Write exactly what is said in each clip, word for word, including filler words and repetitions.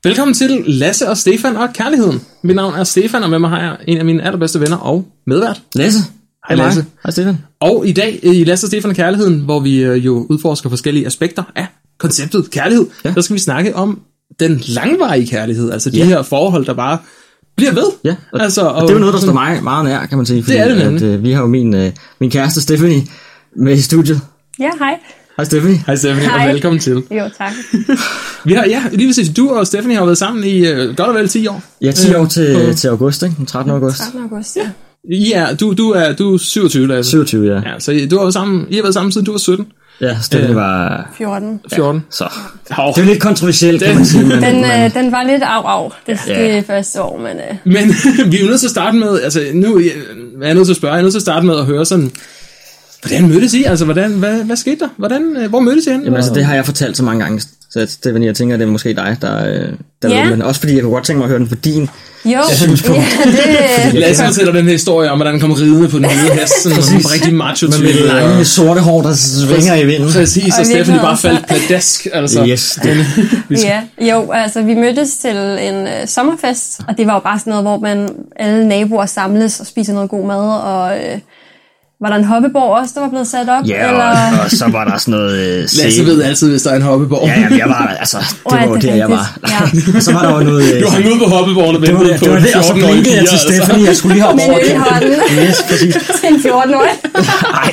Velkommen til Lasse og Stefan og Kærligheden. Mit navn er Stefan, og med mig har jeg en af mine allerbedste venner og medvært. Lasse. Hej Lasse. Hej Stefan. Og i dag i Lasse og Stefan og Kærligheden, hvor vi jo udforsker forskellige aspekter af konceptet kærlighed, ja. Så skal vi snakke om den langvarige kærlighed, altså de ja. her forhold, der bare bliver ved. Ja, og, altså, og, og det er jo noget, der står mig meget nær, kan man sige. Fordi, det er det nemlig. At, uh, vi har jo min, uh, min kæreste Stephanie med i studiet. Ja, hej. Hej Stephanie. Hej Stephanie, hej. Og velkommen til. Jo, tak. Vi har, ja, lige præcis, du og Stephanie har været sammen i uh, godt og vel ti år. Ja, ti år til, uh, til august, ikke? Den trettende august. trettende august, ja. Ja, du, du, er, du er syvogtyve, Lasse. syvogtyve, ja. Ja, så du har været sammen, I har været sammen siden du var sytten. Ja, Stephanie var... fjorten. fjorten. Ja, så. Det er lidt kontroversielt, kan man sige. Men, den, men... øh, den var lidt af-af, det, ja. det første år, men... Øh. Men vi er jo nødt til at starte med, altså nu er jeg nødt til at spørge, jeg er nødt til at starte med at høre sådan, hvordan mødtes I? Altså, hvordan, hvad, hvad skete der? Hvordan, hvor mødtes I hen? Jamen altså, det har jeg fortalt så mange gange, så Stephanie, jeg tænker, det er måske dig, der, der ja. ved, men også fordi jeg kunne godt tænke mig at høre den for din jo, synspunkt. Ja, det... Lasse fortæller den her historie om, hvordan han kommer ridende på den hvide hest, sådan en rigtig macho-type. Med lange sorte hår, der svinger i vinden. Præcis, og Stephanie bare faldt pladask, altså. Yes. Ja, jo, altså vi mødtes til en uh, sommerfest, og det var jo bare sådan noget, hvor man alle naboer samles og spiser noget god mad, og... Uh, var der en hoppeborg også, der var blevet sat op? Ja, eller? Og, og så var der sådan noget... Øh, Lasse ved altid, hvis der er en hoppeborg. Ja, ja, jeg var altså, det oh, var jo der, jeg var. Ja. Så var der jo noget... Øh, du hang ud på hoppeborgen og ventede på fjorten-årige piger. Og så blinkede jeg til Stephanie, jeg skulle lige hoppe over. Med øl i hånden. Yes, præcis. Til en fjorten-årig. Nej.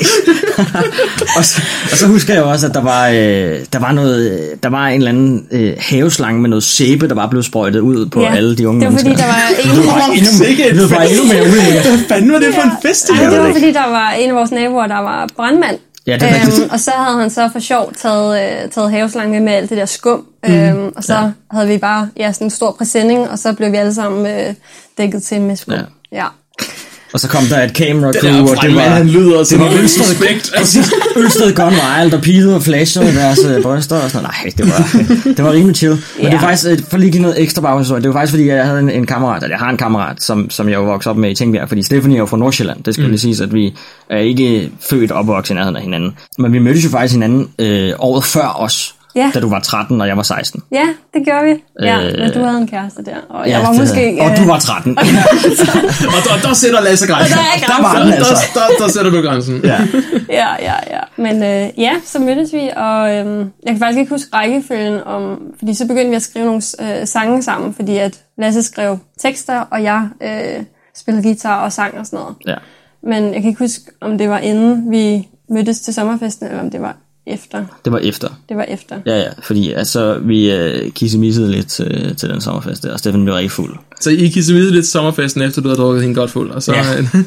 og, så, og så husker jeg også, at der var, øh, der var noget... Der var en eller anden øh, haveslange med noget sæbe, der bare blev sprøjtet ud på ja, alle de unge mennesker. mennesker. Det var fordi, der var en... Det var endnu mere ulækkert. Hvad fanden var det for en fest? Ej, det var fordi, der var en af vores naboer, der var brandmand. Ja, det er øhm, og så havde han så for sjov taget, øh, taget haveslange med med alt det der skum. Mm. Øhm, og så ja. havde vi bare ja, sådan en stor præsending, og så blev vi alle sammen øh, dækket til med skum. Ja. ja. Og så kom der et camera crew, og det var, han lyder det var Ølsted, Ølsted Gone Wild, og pigede og flashede deres øh, bryster og sådan noget. Nej, det var, det var rimelig chill. Men ja. Det er faktisk, for lige give noget ekstra baghistorie, det var faktisk fordi, jeg havde en, en kammerat, eller jeg har en kammerat, som, som jeg jo voksede op med i Tingbjerg, fordi Stephanie er jo fra Nordsjælland, det skal mm. lige siges, at vi er ikke født og opvokset i nærheden af hinanden. Men vi mødtes jo faktisk hinanden øh, året før os. Ja. Da du var tretten, og jeg var seksten. Ja, det gjorde vi. Ja, øh, men du havde en kæreste der, og ja, jeg var måske... Øh... Og du var tretten. og der, der sætter Lasse grænsen. Der, der var den altså. Der, der, der sætter du grænsen. Ja, ja, ja. ja. Men øh, ja, så mødtes vi, og øh, jeg kan faktisk ikke huske rækkefølgen, om, fordi så begyndte vi at skrive nogle øh, sange sammen, fordi at Lasse skrev tekster, og jeg øh, spillede guitar og sang og sådan noget. Ja. Men jeg kan ikke huske, om det var inden vi mødtes til sommerfesten, eller om det var efter. Det var efter. Det var efter. Ja, ja, fordi altså, vi øh, kissemissede lidt til, til den sommerfest der, og Steffen blev rigtig fuld. Så I kissemissede lidt til sommerfesten, efter du havde drukket hende godt fuld, og så... Ja,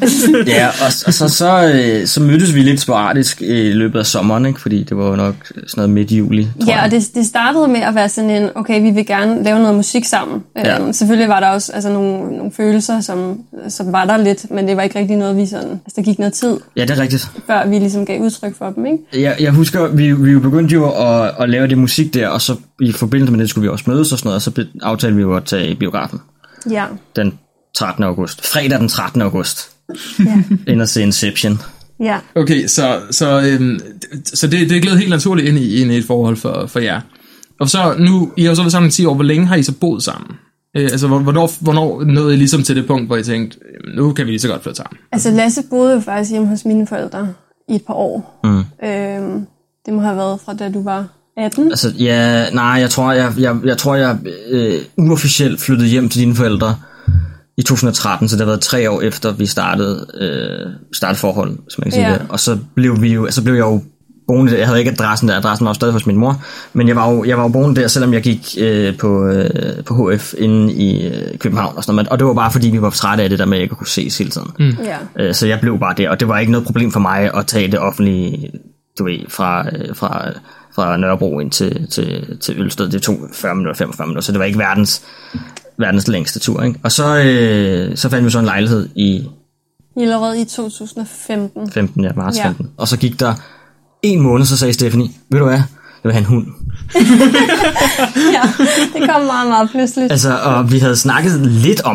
ja og, og så, så, øh, så mødtes vi lidt sporadisk i løbet af sommeren, ikke? Fordi det var jo nok sådan noget midt juli, tror Ja, jeg. og det, det startede med at være sådan en, okay, vi vil gerne lave noget musik sammen. Ja. Øhm, selvfølgelig var der også altså, nogle, nogle følelser, som, som var der lidt, men det var ikke rigtig noget, vi sådan... Altså, der gik noget tid. Ja, det er rigtigt. Før vi ligesom gav udtryk for dem, ikke? Jeg, jeg husker, vi, vi jo begyndte jo at, at lave det musik der, og så i forbindelse med det skulle vi også mødes og sådan noget, og så aftalte vi jo at tage i biografen. Ja. Den trettende august. Fredag den trettende august. Ja. Ind og se Inception. Ja. Okay, så, så, øhm, så det, det er glædet helt naturligt ind i, ind i et forhold for, for jer. Og så nu, I har jo så været sammen i ti år, hvor længe har I så boet sammen? Øh, altså, hvornår, hvornår nåede I ligesom til det punkt, hvor I tænkte, nu kan vi lige så godt flytte sammen? Altså, Lasse boede jo faktisk hjemme hos mine forældre i et par år. Mm. Øhm, det må have været fra da du var atten. Altså, ja, nej, jeg tror, jeg, jeg, jeg, tror, jeg øh, uofficielt flyttede hjem til dine forældre i to tusind og tretten, så det har været tre år efter, vi startede, øh, startede forhold, som man kan sige ja. det. Og så blev, vi jo, så blev jeg jo boende der. Jeg havde ikke adressen der, adressen var jo stadig hos min mor, men jeg var jo, jeg var jo boende der, selvom jeg gik øh, på, øh, på H F inde i øh, København og sådan noget. Og det var bare fordi, vi var trætte af det der med, at jeg ikke kunne ses hele tiden. Mm. Ja. Øh, så jeg blev bare der, og det var ikke noget problem for mig at tage det offentlige, du ved, fra, øh, fra, fra Nørrebro ind til, til, til Ølsted. Det tog fyrre minutter, femogfyrre minutter, så det var ikke verdens, verdens længste tur, ikke? Og så, øh, så fandt vi så en lejlighed i... Hillerød i to tusind og femten. femten, ja, marts ja. femten. Og så gik der en måned, så sagde Stephanie, ved du hvad, jeg vil have en hund. Ja, det kom meget, meget pludseligt. Altså, og vi havde snakket lidt om det,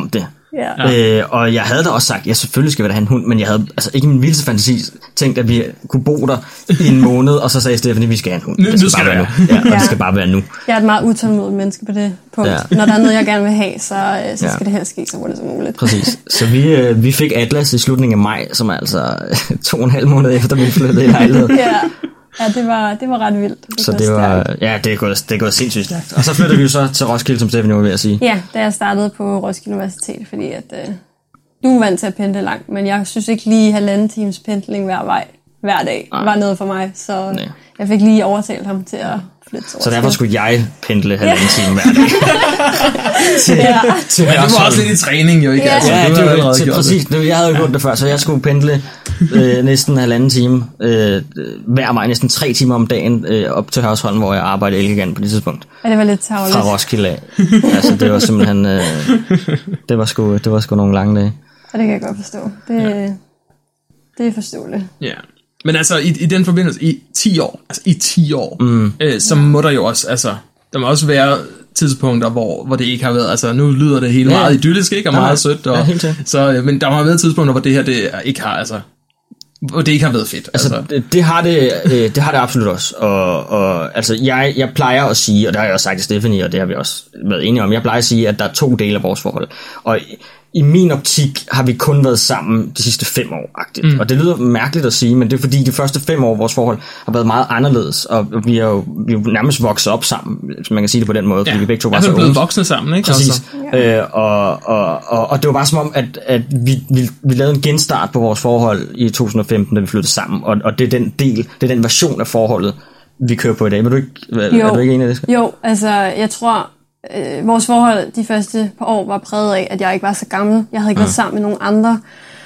Ja. Øh, og jeg havde da også sagt, ja, selvfølgelig skal vi da have en hund, men jeg havde altså ikke i min vildeste fantasi tænkt, at vi kunne bo der i en måned, og så sagde Stephanie, at vi skal have en hund. Nu, det skal, nu skal bare være det nu. Ja, og ja. det skal bare være nu. Jeg er et meget utålmodigt menneske på det punkt. Ja. Når der er noget, jeg gerne vil have, så, så ja. skal det helst ske så hurtigt som muligt. Præcis. Så vi, øh, vi fik Atlas i slutningen af maj, som er altså to og en halv måned efter, vi flyttede i lejlighed. Ja. Ja, det var, det var ret vildt. Det så det var, ja, det er, gået, det er gået sindssygt stærkt. Og så flyttede vi jo så til Roskilde, som Stephanie var ved at sige. Ja, da jeg startede på Roskilde Universitet, fordi at, øh, du er vant til at pendle langt, men jeg synes ikke lige halvanden times pendling hver vej, hver dag, Nej. var noget for mig. Så Nej. jeg fik lige overtalt ham til at flytte til Så derfor skulle jeg pendle halvanden ja. time hver dag. til, ja. til ja, det var også lidt i træning jo, ikke? Ja, altså, ja det var det var til, præcis. Det. Jeg havde jo gjort det før, så jeg skulle pendle øh, næsten halvanden time øh, hver vej, næsten tre timer om dagen øh, op til Hørsholm, hvor jeg arbejdede i Elgiganten på det tidspunkt. Ja, det var lidt tavligt. Fra Roskilde af. Altså, det var simpelthen, øh, det var sgu, det var sgu nogle lange dage. Og det kan jeg godt forstå. Det, ja. det er forståeligt. Ja. Men altså, i, i den forbindelse, i ti år, altså i ti år, mm. øh, så må der jo også, altså, der må også være tidspunkter, hvor, hvor det ikke har været, altså, nu lyder det hele ja. meget idyllisk, ikke, og meget ja. sødt, og, ja, så, øh, men der må have været tidspunkter, hvor det her, det ikke har, altså, hvor det ikke har været fedt. Altså, altså. Det, det, har det, øh, det har det absolut også, og, og altså, jeg, jeg plejer at sige, og det har jeg også sagt til Stephanie, og det har vi også været enige om, jeg plejer at sige, at der er to dele af vores forhold, og i min optik har vi kun været sammen de sidste fem år-agtigt. Mm. Og det lyder mærkeligt at sige, men det er fordi de første fem år vores forhold har været meget anderledes, og vi er jo, vi er jo nærmest vokset op sammen, hvis man kan sige det på den måde, fordi ja. vi begge to var så unge. Ja, vi er blevet voksne sammen, ikke? Præcis. Altså. Øh, og, og, og, og det var bare som om, at, at vi, vi, vi lavede en genstart på vores forhold i to tusind og femten, da vi flyttede sammen, og, og det er den del, det er den version af forholdet, vi kører på i dag. Men du ikke, jo. er du ikke enig i det? Jo, altså jeg tror, Øh, vores forhold de første par år var præget af, at jeg ikke var så gammel. Jeg havde ikke ja. været sammen med nogen andre.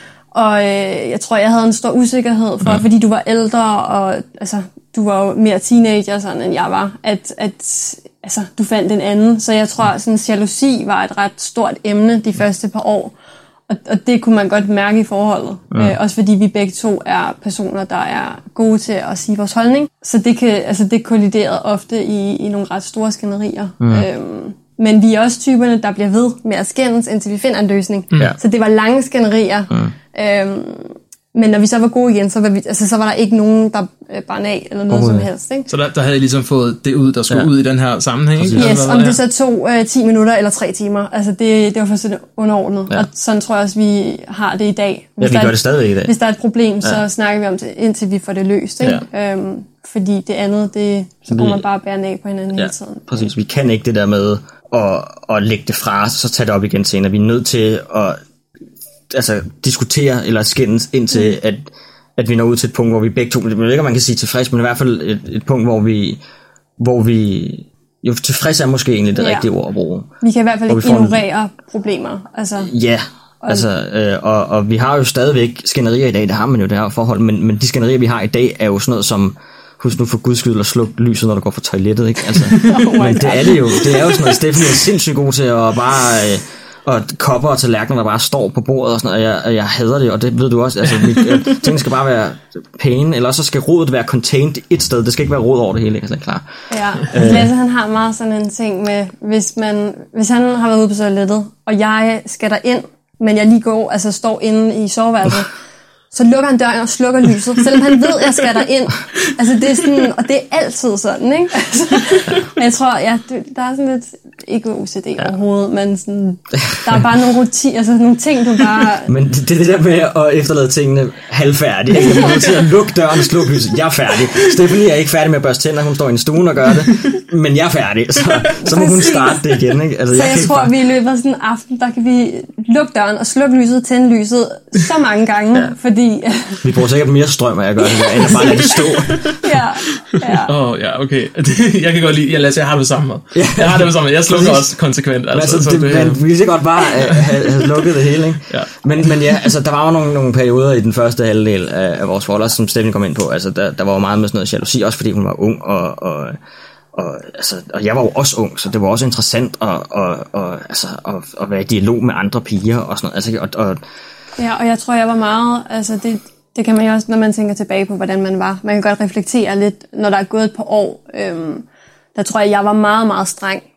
Og øh, jeg tror, jeg havde en stor usikkerhed for, ja. fordi du var ældre, og altså, du var jo mere teenager, sådan, end jeg var, at, at altså, du fandt en anden. Så jeg tror, sådan jalousi var et ret stort emne de første par år. Og, og det kunne man godt mærke i forholdet. Ja. Øh, også fordi vi begge to er personer, der er gode til at sige vores holdning. Så det, kan, altså, det kolliderede ofte i, i nogle ret store skænderier. Ja. Øhm, men vi er også typerne, der bliver ved med at skændes, indtil vi finder en løsning. Ja. Så det var lange skænderier. Ja. Øhm, men når vi så var gode igen, så var, vi, altså, så var der ikke nogen, der øh, barn af eller noget oh, som helst. Ikke? Så der, der havde I ligesom fået det ud, der skulle ja. ud i den her sammenhæng? Ikke? Yes, om det så tog øh, ti minutter eller tre timer. Altså det, det var fuldstændig underordnet. Ja. Og sådan tror jeg også, vi har det i dag. Hvis ja, vi gør det stadig i dag. Hvis der er et problem, så ja. snakker vi om det, indtil vi får det løst. Ikke? Ja. Øhm, fordi det andet, det, så går man bare bære af på hinanden ja, hele tiden. Præcis, vi kan ikke det der med at, at lægge det fra os, så tage det op igen senere. Vi er nødt til at altså, diskutere eller skændes indtil, mm. at, at vi når ud til et punkt, hvor vi begge to, jeg ved ikke, om man kan sige tilfreds, men i hvert fald et, et punkt, hvor vi, hvor vi jo tilfreds er måske egentlig det ja. rigtige ord at bruge. Vi kan i hvert fald ikke ignorere en... problemer. Altså, ja, og... altså, øh, og, og vi har jo stadigvæk skænderier i dag, det har man jo det her forhold, men, men de skænderier, vi har i dag, er jo sådan noget som, husk nu for guds skyld at slukke lyset, når du går fra toilettet, ikke? Altså, oh men det er det jo, det er jo sådan noget, Stephanie er sindssygt god til at bare... Øh, og kopper og tallerkener, der bare står på bordet og sådan noget, og jeg, jeg hader det, og det ved du også, altså, tingene skal bare være pæne, eller så skal rodet være contained et sted, det skal ikke være rod over det hele, ikke? Altså, klar. Ja, Lasse, han har meget sådan en ting med, hvis man, hvis han har været ude på toilettet, og jeg skal derind, men jeg lige går, altså står inde i soveværelset, så lukker han døren og slukker lyset, selvom han ved, at jeg skal derind. Altså, det er sådan, og det er altid sådan, ikke? Altså, men jeg tror, ja, der er sådan lidt, ikke O C D ja. overhovedet, men sådan, der er bare nogle rutiner, altså nogle ting, du bare... Men det, det er det der med at efterlade tingene halvfærdige. Jeg er nødt til at lukke døren og slukke lyset. Jeg er færdig. Stephanie er ikke færdig med at børste tænder, hun står i en stuen og gør det, men jeg er færdig, så, så må hun starte det igen, ikke? Altså, så jeg, jeg tror, bare... vi i løbet af sådan en aften, der kan vi lukke døren og slukke lyset, tænde lyset så mange gange, ja. fordi... Vi bruger sikkert mere strøm, at jeg gør det der, end at bare lade det stå. ja, ja. Åh, oh, ja, okay. Jeg kan godt lide, jeg, Lasse, jeg har det samme med. Ja. Jeg har det samme med. Jeg slukker også konsekvent. Altså, altså, det, det, man, vi kan sikkert godt bare uh, have, have lukket det hele, ikke? Ja. Men, men ja, altså, der var jo nogle, nogle perioder i den første halvdel af, af vores forhold, som Stephanie kom ind på. Altså, der, der var jo meget med sådan noget jalousi, også fordi hun var ung, og... og Og, altså, og jeg var jo også ung, så det var også interessant at, at, at, altså, at, at være i dialog med andre piger og sådan noget. Altså, og, og, ja, og jeg tror, jeg var meget... Altså det, det kan man jo også, når man tænker tilbage på, hvordan man var. Man kan godt reflektere lidt, når der er gået et par år. Øhm, der tror jeg, jeg var meget, meget streng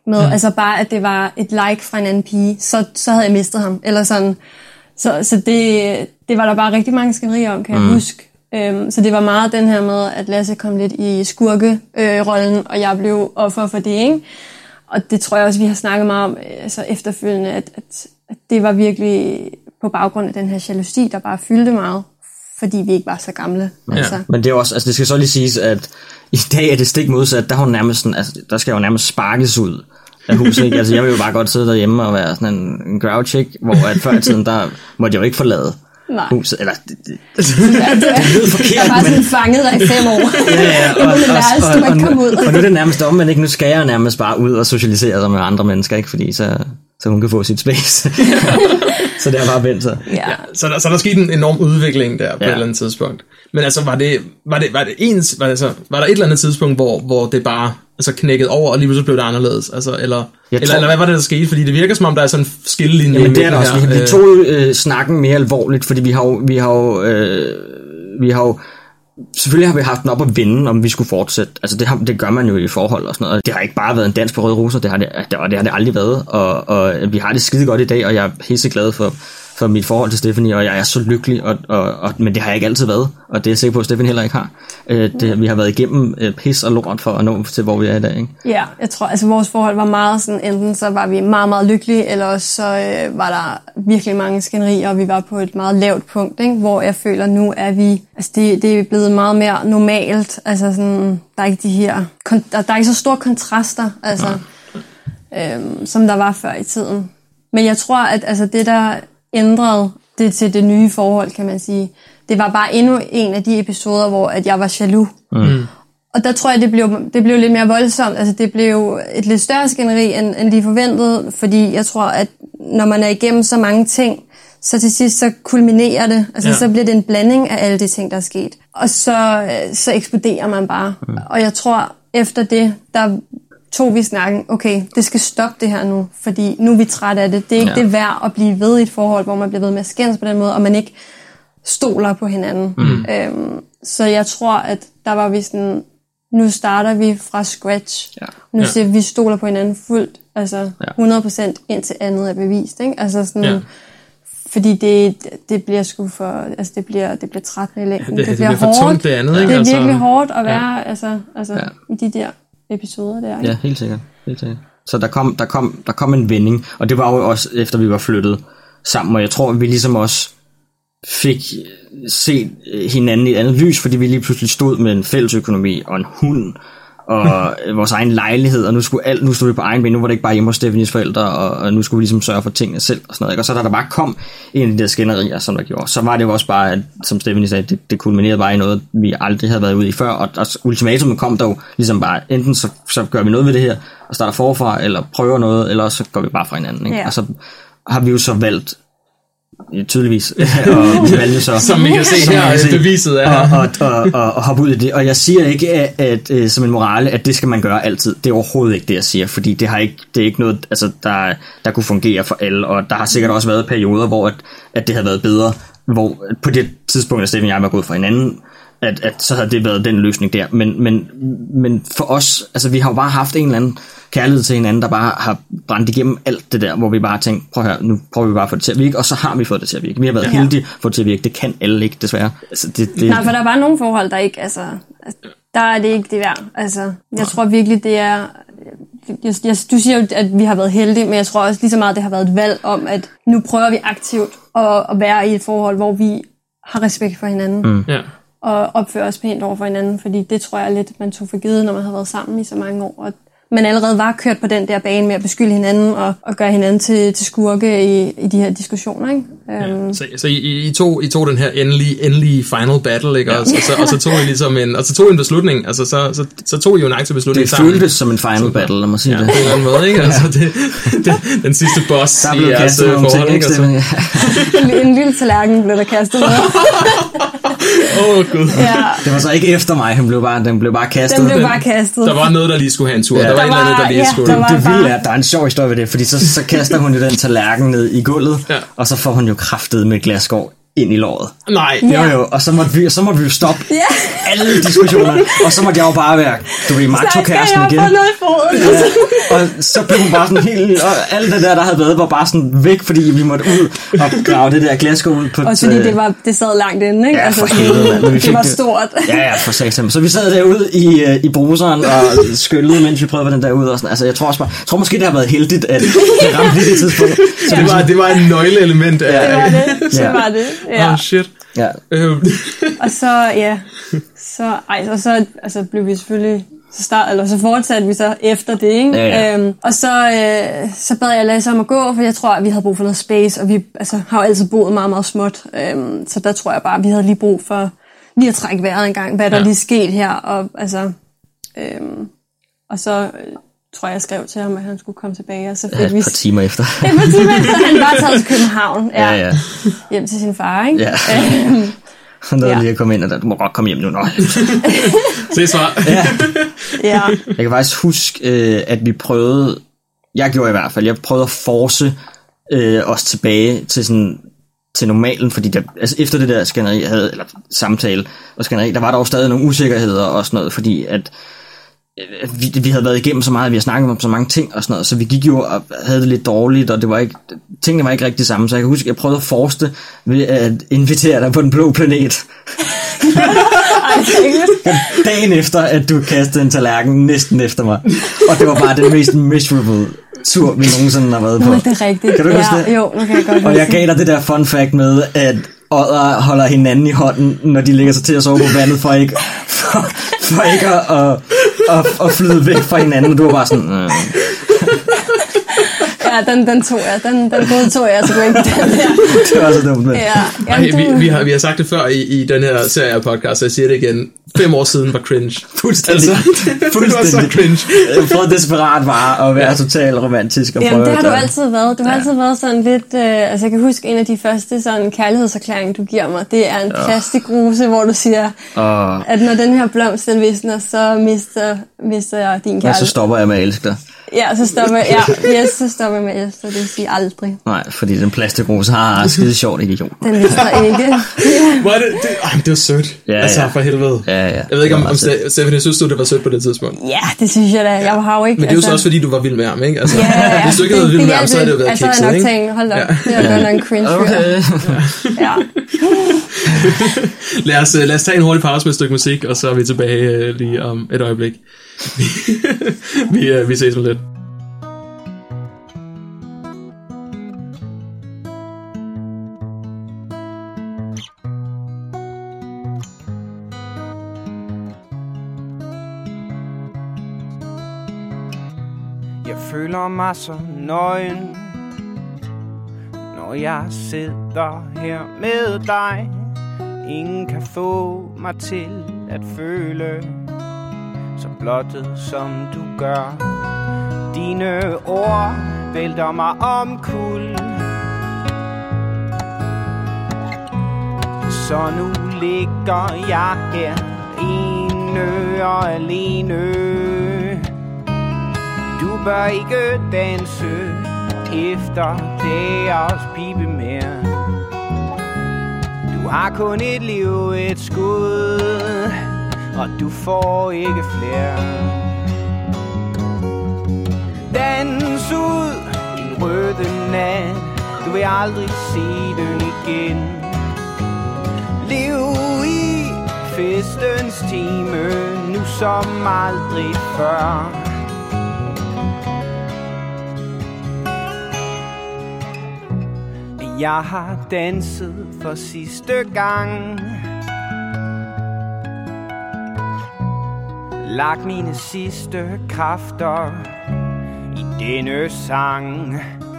med, mm. altså bare, at det var et like fra en anden pige, så, så havde jeg mistet ham, eller sådan. Så, så det, det var der bare rigtig mange skænderier om, kan mm. jeg huske. Øhm, så det var meget den her med, at Lasse kom lidt i skurkerollen, øh, og jeg blev offer for det, ikke? Og det tror jeg også, vi har snakket meget om altså efterfølgende, at, at, at det var virkelig på baggrund af den her jalousi, der bare fyldte meget, fordi vi ikke var så gamle. Ja. Altså. Men det er også, altså det skal så lige siges, at i dag er det stik modsat, der, har nærmest sådan, altså, der skal jo nærmest sparkes ud af huset, ikke? Altså jeg vil jo bare godt sidde derhjemme og være sådan en, en grouchick, hvor at før i tiden, der måtte jeg jo ikke forlade Nej. huset, eller det, det, ja, det, det lød forkert. Jeg var bare sådan fanget der i fem år. Ja, ja, og, og, og, og, og, og, og nu er det nærmest om, men ikke, nu skal jeg nærmest bare ud og socialisere sig med andre mennesker, ikke? Fordi så, så hun kan få sit space. Så det har bare vendt sig. Ja. Ja, så, der, så der skete en enorm udvikling der på ja. et eller andet tidspunkt. Men altså, var det, var det, var det ens, var, det så, var der et eller andet tidspunkt, hvor, hvor det bare altså knækkede over, og lige pludselig blev det anderledes? Altså, eller, eller, tror, eller hvad var det, der skete? Fordi det virker som om, der er sådan en skillelinje. Jamen det er der også. Vi, vi tog øh, snakken mere alvorligt, fordi vi har jo, vi har jo, øh, vi har jo selvfølgelig har vi haft den op at vinde, om vi skulle fortsætte. Altså det, har, det gør man jo i forhold og sådan noget. Det har ikke bare været en dans på røde roser, det har det, det, det, har det aldrig været. Og, og vi har det skide godt i dag, og jeg er helt glad for, for mit forhold til Stephanie, og jeg er så lykkelig, og, og, og, men det har jeg ikke altid været, og det er jeg sikker på, at Stephanie heller ikke har. Øh, det, vi har været igennem øh, pis og lort for at nå til, hvor vi er i dag. Ikke? Ja, jeg tror, altså vores forhold var meget sådan, enten så var vi meget, meget lykkelige, eller også så øh, var der virkelig mange skænderier, og vi var på et meget lavt punkt, ikke? Hvor jeg føler, nu er vi, altså det, det er blevet meget mere normalt, altså sådan, der er ikke de her, der, der er ikke så store kontraster, altså, øh, som der var før i tiden. Men jeg tror, at altså, det der ændrede det til det nye forhold, kan man sige. Det var bare endnu en af de episoder, hvor at jeg var jaloux. Mm. Og der tror jeg, det blev, det blev lidt mere voldsomt. Altså, det blev et lidt større skænderi, end, end de forventede, fordi jeg tror, at når man er igennem så mange ting, så til sidst så kulminerer det. Altså, ja. Så bliver det en blanding af alle de ting, der er sket. Og så, så eksploderer man bare. Mm. Og jeg tror, efter det, der tog vi snakken, okay, det skal stoppe det her nu, fordi nu er vi trætte af det. Det er ikke ja. det værd at blive ved i et forhold, hvor man bliver ved med at skændes på den måde, og man ikke stoler på hinanden. Mm. Øhm, så jeg tror, at der var vi sådan, nu starter vi fra scratch. Ja. Nu ja. siger vi, vi stoler på hinanden fuldt, altså hundrede procent indtil andet er bevist. Ikke? Altså sådan, ja. Fordi det, det bliver sgu for, altså det bliver, det bliver trættende i længden. Det, det, det bliver for hårdt. tungt det andet. Ikke? Det er altså, virkelig hårdt at være ja. altså, altså, ja. i de der episoder der. Ikke? Ja, helt sikkert. Helt sikkert. Så der kom, der, kom, der kom en vending, og det var jo også efter vi var flyttet sammen, og jeg tror, vi ligesom også fik set hinanden i et andet lys, fordi vi lige pludselig stod med en fælles økonomi og en hund, og vores egen lejlighed, og nu skulle alt, nu stod vi på egen ben, nu var det ikke bare hjemme hos Stephanies forældre, og, og nu skulle vi ligesom sørge for tingene selv, og sådan noget, ikke? Og så da der bare kom en af de der skænderier, som der gjorde, så var det jo også bare, at, som Stephanie sagde, det, det kulminerede bare i noget, vi aldrig havde været ude i før, og, og ultimatumet kom dog ligesom bare, enten så, så gør vi noget ved det her, og starter forfra, eller prøver noget, eller så går vi bare fra hinanden, ikke? Ja. Og så har vi jo så valgt, tydeligvis, og vi valgte så, som vi kan se her, kan se, beviset er og, og, og, og, og hoppe ud i det, og jeg siger ikke, at, at, at som en morale, at det skal man gøre altid, det er overhovedet ikke det, jeg siger, fordi det har ikke, det er ikke noget, altså, der, der kunne fungere for alle, og der har sikkert også været perioder, hvor at, at det havde været bedre, hvor på det tidspunkt, at Steffen og jeg var gået fra hinanden, at, at så havde det været den løsning der, men, men, men for os, altså vi har jo bare haft en eller anden kærlighed til hinanden, der bare har brændt igennem alt det der, hvor vi bare tænkte, prøv her, nu prøver vi bare at få det til at virke, og så har vi fået det til at virke. Vi har været ja. heldige for det til at virke, det kan alle ikke, desværre. Altså, det, det... Nej, for der er bare nogle forhold, der ikke, altså, der er det ikke det værd. Altså, jeg tror virkelig, det er, jeg, jeg, du siger jo, at vi har været heldige, men jeg tror også lige så meget, det har været et valg om, at nu prøver vi aktivt at, at være i et forhold, hvor vi har respekt for hinanden. Mm. Ja. Og opføre os pænt over for hinanden, fordi det tror jeg lidt, man tog for givet, når man har været sammen i så mange år. Og man allerede var kørt på den der bane med at beskylde hinanden og, og gøre hinanden til, til skurke i, i de her diskussioner, ikke? Ja, um, så så I, I, tog, I tog den her endelige, endelige final battle, ikke? Ja. Og, så, og, så, og så tog I ligesom en, og så tog I en beslutning, altså så, så, så tog I jo en aktiv beslutning det sammen. Det føltes som en final battle, lad mig sige ja, det. på en eller anden måde, ikke? Altså det, det, den sidste boss i jeres forhold, ikke? Altså. en, en lille tallerken blev der kastet med. Åh, oh, Gud. Ja. Det var så ikke efter mig, den blev bare, den blev bare kastet. Den blev bare kastet. Der var noget, der lige skulle have en tur. Ja. Der var der en eller anden, der lige ja, skulle... Det, det vilde er, der er en sjov historie ved det, fordi så, så kaster hun jo den tallerken ned i gulvet, ja. Og så får hun jo kraftet med et glasskår ind i låret. Nej. Jo, jo, og så måtte vi, så måtte vi jo stoppe yeah. alle diskussioner, og så måtte jeg jo bare være, du ved, macho-kæresten igen. Så noget i foden. Ja, og så blev hun bare sådan helt, og alt det der, der havde været, var bare sådan væk, fordi vi måtte ud og grave det der glasgård ud på... Og fordi det, var, det sad langt inde, ikke? Ja, altså, for helvede, man. Det var stort. Ja, ja, for satan. Så vi sad derude i, i bruseren og skyllede, mens vi prøvede den der ud og sådan. Altså, jeg tror også bare, jeg tror måske, det har været heldigt, at det ramte lige det tidspunkt. Så det var, det var en nøgleelement af... Det var det, det var det. Ja. Oh, shit. Ja. Og så, ja, så, ej, og så altså, blev vi selvfølgelig, så, start, eller, så fortsatte vi så efter det, ikke? Ja, ja. Øhm, og så, øh, så bad jeg Lasse om at gå, for jeg tror, at vi havde brug for noget space, og vi altså, har jo altid boet meget, meget småt, øhm, så der tror jeg bare, at vi havde lige brug for lige at trække vejret en gang, hvad der ja. lige skete her, og altså, øhm, og så... Øh, tror jeg, jeg skrev til ham, at han skulle komme tilbage. Og så fik ja, et par timer efter. et par timer efter, han bare taget til København. Ja, ja, ja. Hjem til sin far, ikke? Ja. Han nåede ja. lige at komme ind, og der, du må godt komme hjem nu. Se svar. Ja. Ja. Jeg kan faktisk huske, øh, at vi prøvede, jeg gjorde i hvert fald, jeg prøvede at force øh, os tilbage til sådan til normalen, fordi der, altså efter det der skænderi, havde, eller samtale og skænderi, der var der jo stadig nogle usikkerheder og sådan noget, fordi at Vi, vi havde været igennem så meget, vi har snakket om så mange ting og sådan noget, så vi gik jo og havde det lidt dårligt, og det var ikke, tingene var ikke rigtig samme, så jeg kan huske, at jeg prøvede at force det ved at invitere dig på den blå planet. Dagen efter, at du kastede en tallerken næsten efter mig, og det var bare den mest miserable tur, vi nogensinde har været på. Nå, det er rigtigt. Kan du huske ja, det? Jo, nu kan jeg godt Og jeg gav dig det der fun fact med, at odder holder hinanden i hånden, når de lægger sig til at sove på vandet, for ikke, for, for ikke at, at, at, at flyde væk fra hinanden, og du var bare sådan... Øh. Ja, den, den tog jeg. Den, den både tog jeg, så du ikke den der. Det var så dumt, men... Ja, Ej, vi, vi, har, vi har sagt det før i, i den her serie af podcast, så jeg siger det igen. Fem år siden var cringe. Fuldstændig. Altså, det var så cringe. Jeg prøvede desperat bare at være ja. totalt romantisk. Og Jamen, prøve det har du at... altid været. Du har ja. altid været sådan lidt... Øh, altså, jeg kan huske en af de første sådan kærlighedserklæringer, du giver mig. Det er en ja. plastikrose, hvor du siger, oh. at når den her blomst den visner, så mister, mister jeg din kærlighed. Ja, så stopper jeg med at elske dig. Ja, så stopper jeg, ja, yes, så stopper jeg med at elske dig. Det vil sige aldrig. Nej, fordi den plastikrose har skide sjovt idiot. Den mister ikke. Ja. Hvor er det? Det, ej, det var sødt. Ja, altså, ja. for helvede. Ja, ja. Jeg ved ikke, om, om Stephanie synes du, det var sødt på det tidspunkt? Ja, det synes jeg da. Jeg har jo ikke... Men det er jo så også, fordi du var vild med ham, ikke? Altså, ja, ja, ja. Hvis du ikke havde været vild med ham, så havde det jo været altså, kikset, ikke? ikke? Altså, hold op. Ja. Det var godt nok en cringe. Okay. Ja. lad, os, lad os tage en hurtig pause med et stykke musik, og så er vi tilbage uh, lige om et øjeblik. vi, uh, vi ses med lidt. Jeg føler mig så nøgen, når jeg sidder her med dig. Ingen kan få mig til at føle så blottet som du gør. Dine ord vælter mig omkuld, så nu ligger jeg her ene og alene. Du bør ikke danse efter deres pibe mere. Du har kun et liv, et skud, og du får ikke flere. Dans ud i en røde nat, du vil aldrig se den igen. Lev i festens time, nu som aldrig før. Jeg har danset for sidste gang, lagt mine sidste kræfter i denne sang.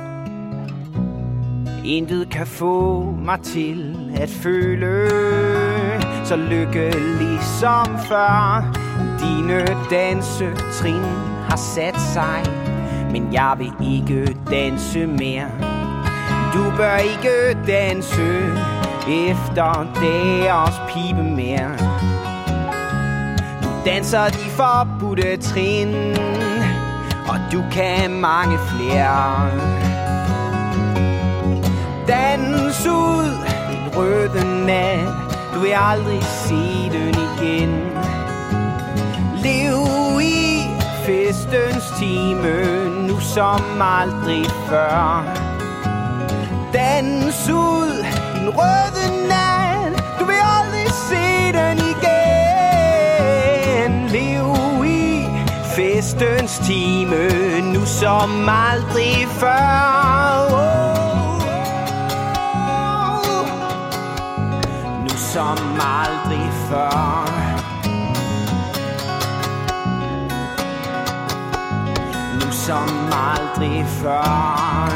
Intet kan få mig til at føle så lykkelig som før. Dine dansetrin har sat sig, men jeg vil ikke danse mere. Du bør ikke danse efter deres pibe mere. Du danser de forbudte trin, og du kan mange flere. Dans ud i en røde nat. Du vil aldrig se den igen. Lev i festens time, nu som aldrig før. Dans ud i den røde nat. Du vil aldrig se den igen. Lev i festens time, nu som aldrig før. Oh. Nu som aldrig før. Nu som aldrig før.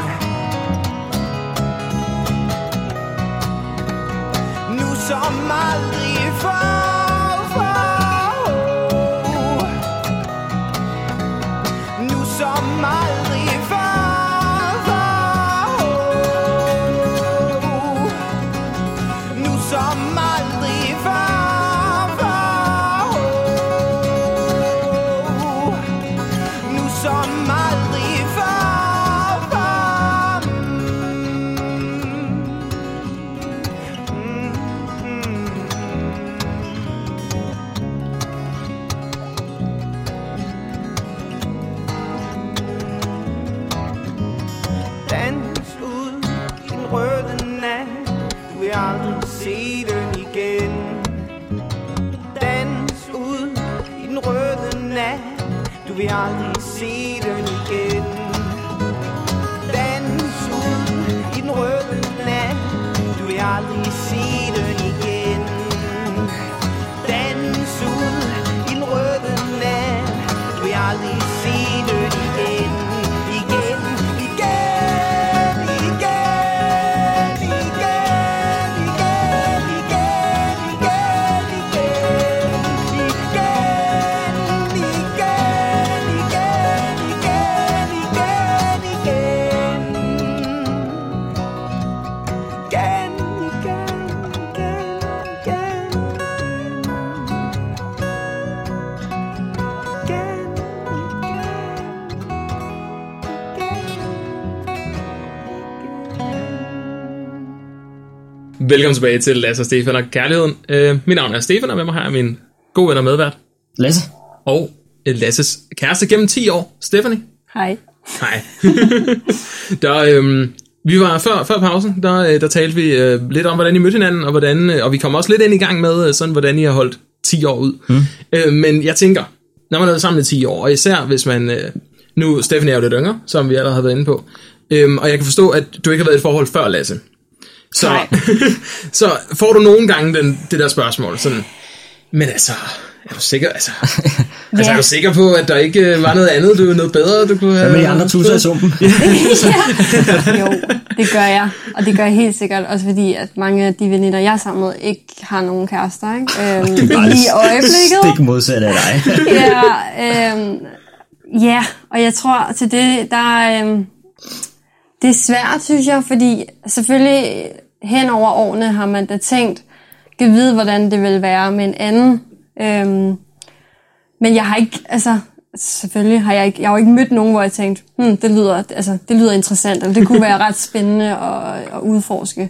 Nu som aldrig før. Som aldrig før. Nu som aldrig før. Nu som aldrig før. Dans ud i den røde nat. Du vil aldrig se den igen. Dans ud i den røde nat. Du vil aldrig se den igen. Dans ud i den røde nat. Du vil aldrig se den igen. Dans ud i den røde nat. Du vil aldrig se den igen. Igen, igen, igen, igen, igen, igen, igen, igen, igen, igen, igen, igen, igen. Igen, Velkommen tilbage til Lasse og Stefan og Kærligheden. Uh, mit navn er Stefan, og med mig har jeg min gode ven og medvært. Lasse. Og Lasses kæreste gennem ti år, Stephanie. Hej. Hej. der, øhm, vi var før, før pausen, der, der talte vi øh, lidt om, hvordan I mødte hinanden, og, hvordan, øh, og vi kom også lidt ind i gang med, sådan, hvordan I har holdt ti år ud. Mm. Øh, men jeg tænker, når man har været sammen i ti år, og især hvis man... Øh, nu, Stephanie er jo lidt yngre, som vi allerede har været inde på, øh, og jeg kan forstå, at du ikke har været i et forhold før, Lasse. Så, så får du nogle gange den, det der spørgsmål, sådan, men altså, er du sikker, altså, yeah. altså, er du sikker på, at der ikke var noget andet, du noget bedre, du kunne have? Hvad med de andre tusser i sumpen? Ja. Jo, det gør jeg, og det gør jeg helt sikkert, også fordi, at mange af de veninder, jeg er sammen med, ikke har nogen kærester, ikke? Øhm, lige i øjeblikket. Stik modsat af dig. ja, øhm, ja, og jeg tror til det, der øhm, det er svært, synes jeg, fordi selvfølgelig hen over årene har man da tænkt, kan vide, hvordan det vil være med en anden. Øhm, men jeg har ikke, altså, selvfølgelig har jeg ikke, jeg har jo ikke mødt nogen, hvor jeg tænkte, hm, det lyder, altså, det lyder interessant, eller det kunne være ret spændende at, at udforske.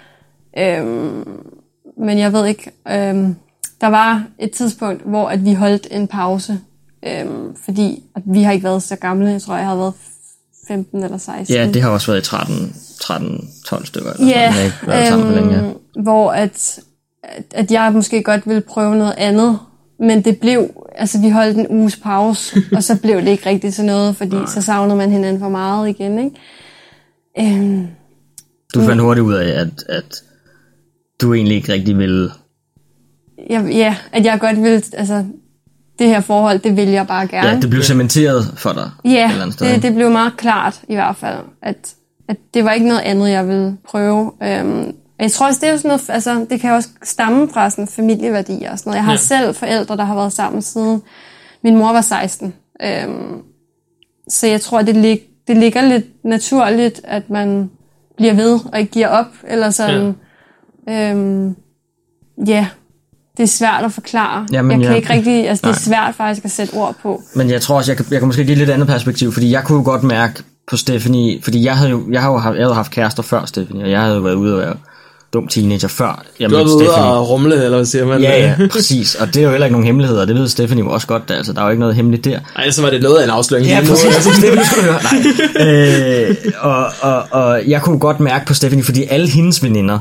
Øhm, men jeg ved ikke, øhm, der var et tidspunkt, hvor at vi holdt en pause, øhm, fordi at vi har ikke været så gamle, jeg tror, jeg har været femten eller seksten. Ja, det har også været i tretten, tretten tolv stykker. Eller ja, sådan. Jeg har ikke været sammen øhm, længe. hvor at, at jeg måske godt ville prøve noget andet, men det blev, altså vi holdt en uges pause, og så blev det ikke rigtig sådan noget, fordi nej, så savner man hinanden for meget igen, ikke? Øhm, du fandt hurtigt ud af, at, at du egentlig ikke rigtig ville... Ja, ja, at jeg godt ville, altså det her forhold, det vil jeg bare gerne. Ja, det blev cementeret for dig. Ja, det, det blev meget klart i hvert fald, at, at det var ikke noget andet, jeg ville prøve. Øhm, jeg tror også, det er jo sådan noget, altså det kan også stamme fra sådan familieværdier og sådan noget. Jeg har ja. selv forældre, der har været sammen siden min mor var seksten. Øhm, så jeg tror, det, lig, det ligger lidt naturligt, at man bliver ved og ikke giver op, eller sådan. Ja. Øhm, yeah. Det er svært at forklare. Jamen, jeg kan ja. ikke rigtig, altså det er svært faktisk at sætte ord på. Men jeg tror også, jeg kan, jeg kan måske give et lidt andet perspektiv, fordi jeg kunne jo godt mærke på Stephanie, fordi jeg havde jo, jeg har jo haft, jeg havde haft kærester før Stephanie, og jeg havde jo været ude og være dum teenager før jeg du mødte Stephanie. Du Stephanie. har ude og rumle, eller hvad siger man? Ja, ja, præcis. Og det er jo heller ikke nogen hemmeligheder. Det ved Stephanie jo også godt. Altså, der er jo ikke noget hemmeligt der. Nej, så var det noget af en afsløring. Ja, præcis. Stephanie skulle du høre. Nej. Øh, og, og, og jeg kunne godt mærke på Stephanie, fordi alle hendes veninder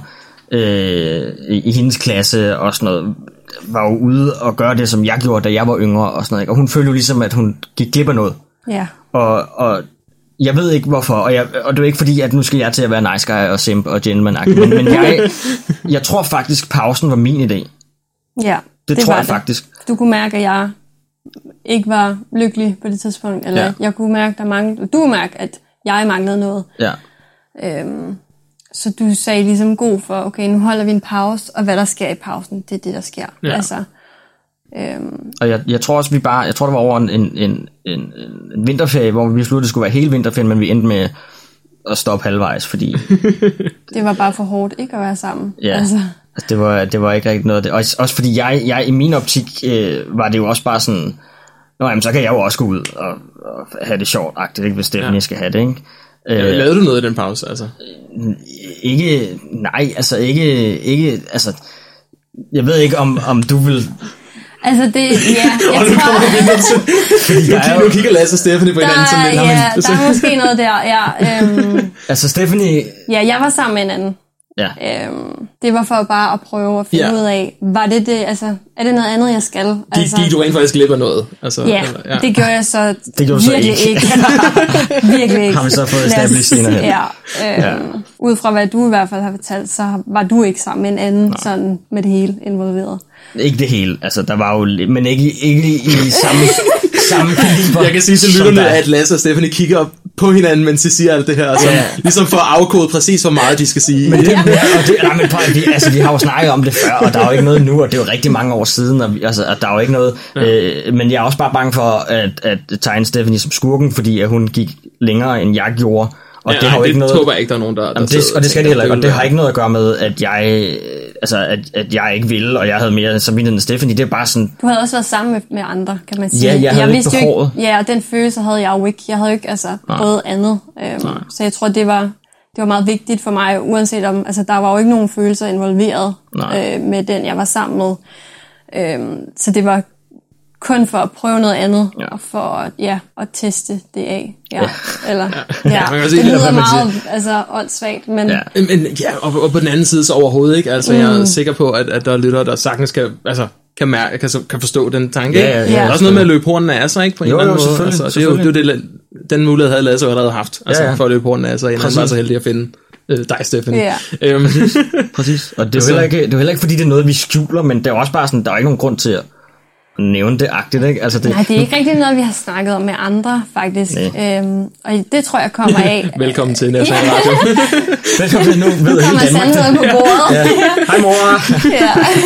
øh, i, i hendes klasse og sådan noget, var jo ude og gøre det, som jeg gjorde, da jeg var yngre og sådan noget. Og hun følte jo ligesom, at hun gik glip af noget. Ja. Og, og jeg ved ikke hvorfor, og, jeg, og det er ikke fordi, at nu skal jeg til at være nice guy og simp og gentleman, men, men jeg, jeg tror faktisk, pausen var min idé. Ja, det, det tror jeg det. faktisk. Du kunne mærke, at jeg ikke var lykkelig på det tidspunkt, eller ja. jeg kunne mærke, der manglede, du kunne mærke, at jeg manglede noget. Ja. Øhm, så du sagde ligesom god for, okay, nu holder vi en pause, og hvad der sker i pausen, det er det, der sker. Ja. Altså, øhm, og jeg, jeg tror også, vi bare, jeg tror, det var over en, en, en, en, en vinterferie, hvor vi besluttede, det skulle være hele vinterferien, men vi endte med at stoppe halvvejs, fordi... det var bare for hårdt ikke at være sammen. Ja, altså. Altså, det, var, det var ikke rigtig noget af det. Også, også fordi jeg, jeg i min optik, øh, var det jo også bare sådan, nå jamen, så kan jeg jo også gå ud og, og have det sjovt-agtigt, ikke, hvis Stephanie ja. skal have det, ikke? Ja, øh, lavede du noget i den pause, altså? Ikke, nej, altså ikke, ikke, altså, jeg ved ikke, om, om du vil... Altså det, ja, jeg nu tror... nu, kigger, nu kigger Lasse og Stephanie på hinanden sådan lidt. Ja, men, der er måske noget der, ja. Øhm, altså Stephanie... Ja, jeg var sammen med en anden. Ja. Øhm, det var for bare at prøve at finde ja. ud af, var det det, altså, er det noget andet, jeg skal? Altså, gik, gik du rent faktisk glip af noget? Altså, ja, eller, ja, det gjorde jeg så det gjorde virkelig så ikke. ikke. virkelig ikke. Har vi så fået established senere hen? Ja, øhm, ja. Ud fra hvad du i hvert fald har fortalt, så var du ikke sammen med en anden, nej. Sådan med det hele involveret. Ikke det hele, altså der var jo, men ikke, ikke i samme, samme kaliber. Jeg kan sige til lytterne, at Lasse og Stephanie kigger på hinanden, mens de siger alt det her, altså, ja. Ligesom for at afkode præcis, hvor meget de skal sige. Men det, ja, og det, nej, men prøv, vi, altså, vi har jo snakket om det før, og der er jo ikke noget nu, og det er jo rigtig mange år siden, og vi, altså, og der er jo ikke noget, ja. øh, men jeg er også bare bange for at, at tegne Stephanie som skurken, fordi at hun gik længere, end jeg gjorde. Og ja, det har jo det ikke noget. Håber jeg ikke, der er nogen, der... der jamen, det, og det skal det heller ikke, og det har ikke noget at gøre med, at jeg, altså, at, at jeg ikke ville, og jeg havde mere samvittighed end Stephanie. Det er bare sådan... Du havde også været sammen med, med andre, kan man sige. Ja, jeg havde jeg ikke behovet. Ikke, ja, og den følelse havde jeg jo ikke. Jeg havde jo ikke altså, prøvet andet. Øhm, så jeg tror, det var, det var meget vigtigt for mig, uanset om... Altså, der var jo ikke nogen følelser involveret øh, med den, jeg var sammen med. Øhm, så det var kun for at prøve noget andet, ja. Og for ja, at teste det af. Ja. Ja. Eller, ja. Ja. Ja, det lyder meget altså, åndssvagt, men... Ja. Men ja, og, og på den anden side så overhovedet ikke. Altså, mm. jeg er sikker på, at, at der er lyttere, der sagtens kan, altså, kan, mærke, kan, kan forstå den tanke. Ja, ja, ja. Der er også noget med at løbe hornene af sig, ikke? På en jo, eller anden jo, måde. Altså, det er jo det, er det, den mulighed havde Lasse allerede haft, altså, ja, ja. For at løbe hornene af sig. Han var så heldig at finde øh, dig, Stephanie. Ja. Øhm. Præcis. Præcis. Og det er, jo heller ikke, det er jo heller ikke, fordi det er noget, vi skjuler, men det er også bare sådan, der er ikke nogen grund til at nævne det agtigt, ikke? Altså det... Nej, det er ikke rigtig noget, vi har snakket om med andre, faktisk. Øhm, og det tror jeg kommer af... Velkommen til National Radio. Velkommen til nu, ved hele Danmark. Sandheden på bordet. Ja. Hej mor. Ja.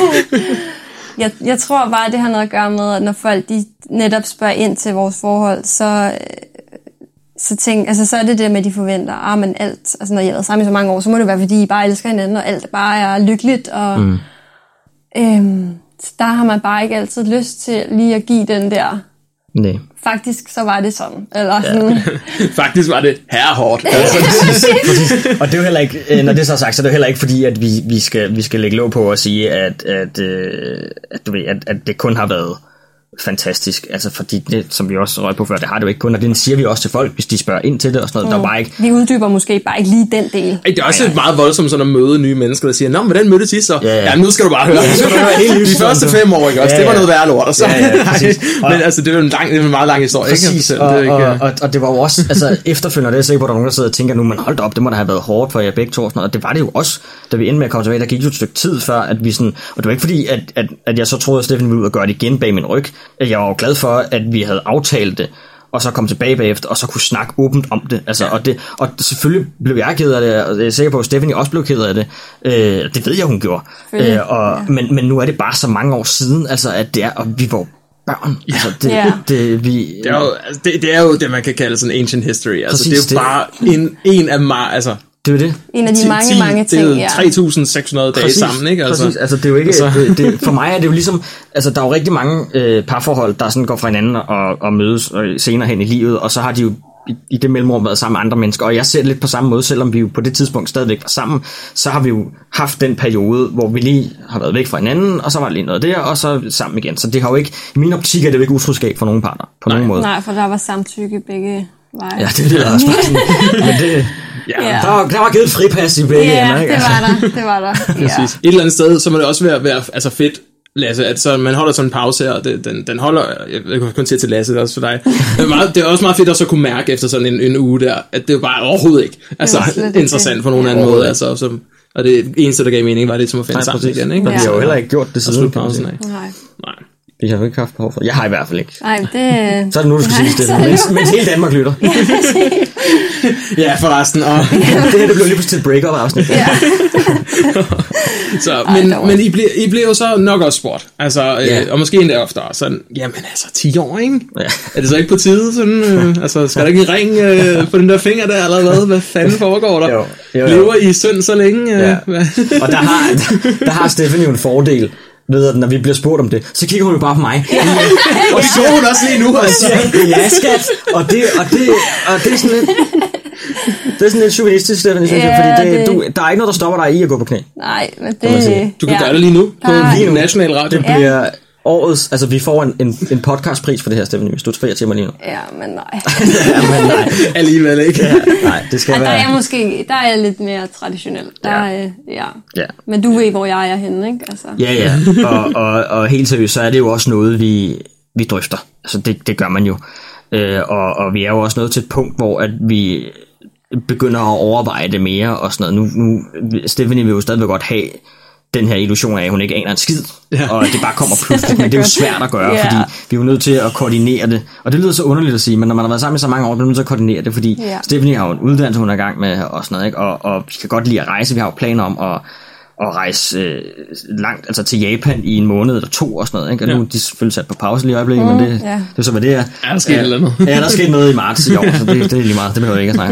Jeg, jeg tror bare, det har noget at gøre med, at når folk de netop spørger ind til vores forhold, så... Så, tænk, altså, så er det det med, at de forventer, ah, men alt, altså når I har været sammen i så mange år, så må det være, fordi I bare elsker hinanden, og alt bare er lykkeligt, og... Mm. Øhm, der har man bare ikke altid lyst til lige at give den der... Nej. Faktisk så var det sådan. Eller sådan. Ja. Faktisk var det herrehårdt. Altså. Og det er jo heller ikke, når det er så sagt, så er det heller ikke fordi, at vi, vi, skal, vi skal lægge låg på at sige, at, at, at, du ved, at, at det kun har været fantastisk, altså fordi det, som vi også røg på før, det har det jo ikke kun, og det siger vi også til folk, hvis de spørger ind til det og sådan noget, mm. der bare ikke... Vi uddyber måske bare ikke lige den del. Ej, det er også ja, ja. meget voldsomt sådan at møde nye mennesker, der siger, nå, men hvordan mødte I så? Ja, ja. ja, nu skal du bare høre. Ja, skal du høre helt de første fem år, ikke også? Ja, ja. Det var noget værre lort, og så... Ja, ja, præcis. Men altså, det er jo en, lang, det er en meget lang historie, præcis, ikke? Og, det er ikke, og, og, og det var jo også, altså efterfølgende, det er sikkert, hvor der er nogen, der sidder og tænker nu, men hold da op, det må da have været hårdt for jer begge to, og sådan noget, og det var det jo også, da vi endte med at komme tilbage, der gik jo et stykke tid før, at vi sådan, og det var ikke fordi, at, at, at jeg så troede, at Stephanie ville ud og gøre det igen bag min ryg, jeg var jo glad for, at vi havde aftalt det, og så kom tilbage bagefter, og så kunne snakke åbent om det. Altså, og, det og selvfølgelig blev jeg ked af det, og jeg er sikker på, at Stephanie også blev ked af det. Øh, det ved jeg, hun gjorde. Øh, og, ja. men, men nu er det bare så mange år siden, altså, at det er, og vi var børn. Ja. Altså, det, ja. det, vi, det, er jo, altså, det, det er jo det, man kan kalde sådan ancient history. Altså, præcis, det er jo bare en, en af mig, altså... Det er det. En af de mange, ti, mange ting, det er tre tusind seks hundrede dage sammen, ikke? Altså, præcis, altså det er jo ikke, altså. det, det, for mig er det jo ligesom, altså der er jo rigtig mange øh, parforhold, der sådan går fra hinanden og, og mødes og senere hen i livet, og så har de jo i, i det mellemrum været sammen med andre mennesker, og jeg ser det lidt på samme måde, selvom vi jo på det tidspunkt stadigvæk var sammen, så har vi jo haft den periode, hvor vi lige har været væk fra hinanden, og så var det lige noget der, og så sammen igen. Så det har jo ikke, i min optik er det jo ikke utroskab for nogen parter, på Nej. nogen måde. Nej, for der var samtykke begge veje. Ja, det er det, der er spørgsmålet. Men det, ja, Ja. der, var, der var givet fripas i begge Ja, ender, ikke? det var der, det var der. Ja. Præcis. Et eller andet sted, så må det også være, være altså fedt, Lasse, at så man holder sådan en pause her, og det, den, den holder, jeg kan kun sige til Lasse, det er også for dig, det er, meget, det er også meget fedt at så kunne mærke efter sådan en, en uge der, at det var bare overhovedet ikke altså, interessant på nogen anden ja, måde, altså, som, og det eneste, der gav mening, var det som at finde sammen igen, ikke? Og vi har jo heller ikke gjort det siden pausen af. Nej. Nej. Vi har jo ikke haft behov for det. Jeg har i hvert fald ikke. Nej, det... Så er det nu, du skal sige det, mens, mens hele Danmark lytter. Ja, forresten. Og det her, det blev lige pludselig et break-up-afsnit. Ja. så, Ej, men, dog. men I, bliver, I bliver jo så nok også spurgt. Altså, Ja. øh, og måske endda oftere. Sådan, jamen altså, ti år, ikke? Ja. Er det så ikke på tide? Sådan, øh, altså, skal der ikke en ring øh, på den der finger der, eller hvad? Hvad fanden foregår der? Jo, jo, jo. Lever I synd så længe? Øh, Ja. hvad? Og der har, der har Stephanie jo en fordel ved, at når vi bliver spurgt om det, så kigger hun jo bare på mig. Ja. Og det gjorde hun også lige nu. Og Altså. siger, ja skat, og det, og det, og det er sådan lidt, det er sådan lidt chauvinistisk, Stephanie, synes Ja, jeg, fordi det, det- du, der er ikke noget, der stopper dig i at gå på knæ. Nej, men man det... sige. Du kan ja. gøre det lige nu på Der- lige national radio. Det bliver årets, altså vi får en, en, en podcastpris for det her, Stephanie, hvis du er til mig lige nu. Ja, men nej. Ja, men nej. Alligevel ikke. Ja, nej, det skal Ej, der er jeg være... måske der er jeg lidt mere traditionel. Der Ja. er, ja. Ja. Men du ved, hvor jeg er henne, ikke? Altså. Ja, ja, og, og, og helt seriøst, så er det jo også noget, vi, vi drøfter. Altså, det, det gør man jo. Øh, og, og vi er jo også nået til et punkt, hvor at vi begynder at overveje det mere og sådan noget. Nu, nu Stephanie vil jo stadigvæk godt have den her illusion af, at hun ikke aner en skid, Ja. og at det bare kommer pludselig, men det er jo svært at gøre, Ja. fordi vi er jo nødt til at koordinere det. Og det lyder så underligt at sige, men når man har været sammen i så mange år, bliver man nødt til at koordinere det, fordi Ja. Stephanie har jo en uddannelse, hun er i gang med, og sådan noget, ikke? Og, og vi kan godt lide at rejse, vi har jo planer om at at rejse øh, langt, altså til Japan i en måned eller to og sådan noget, ikke? Og nu Ja. er de selvfølgelig sat på pause lige i øjeblikket, mm, men det, ja. det er så, hvad det er. Ja, der sker et eller andet. Ja, der er sket noget i marts i år, så det, det er lige meget, det behøver jeg ikke at snakke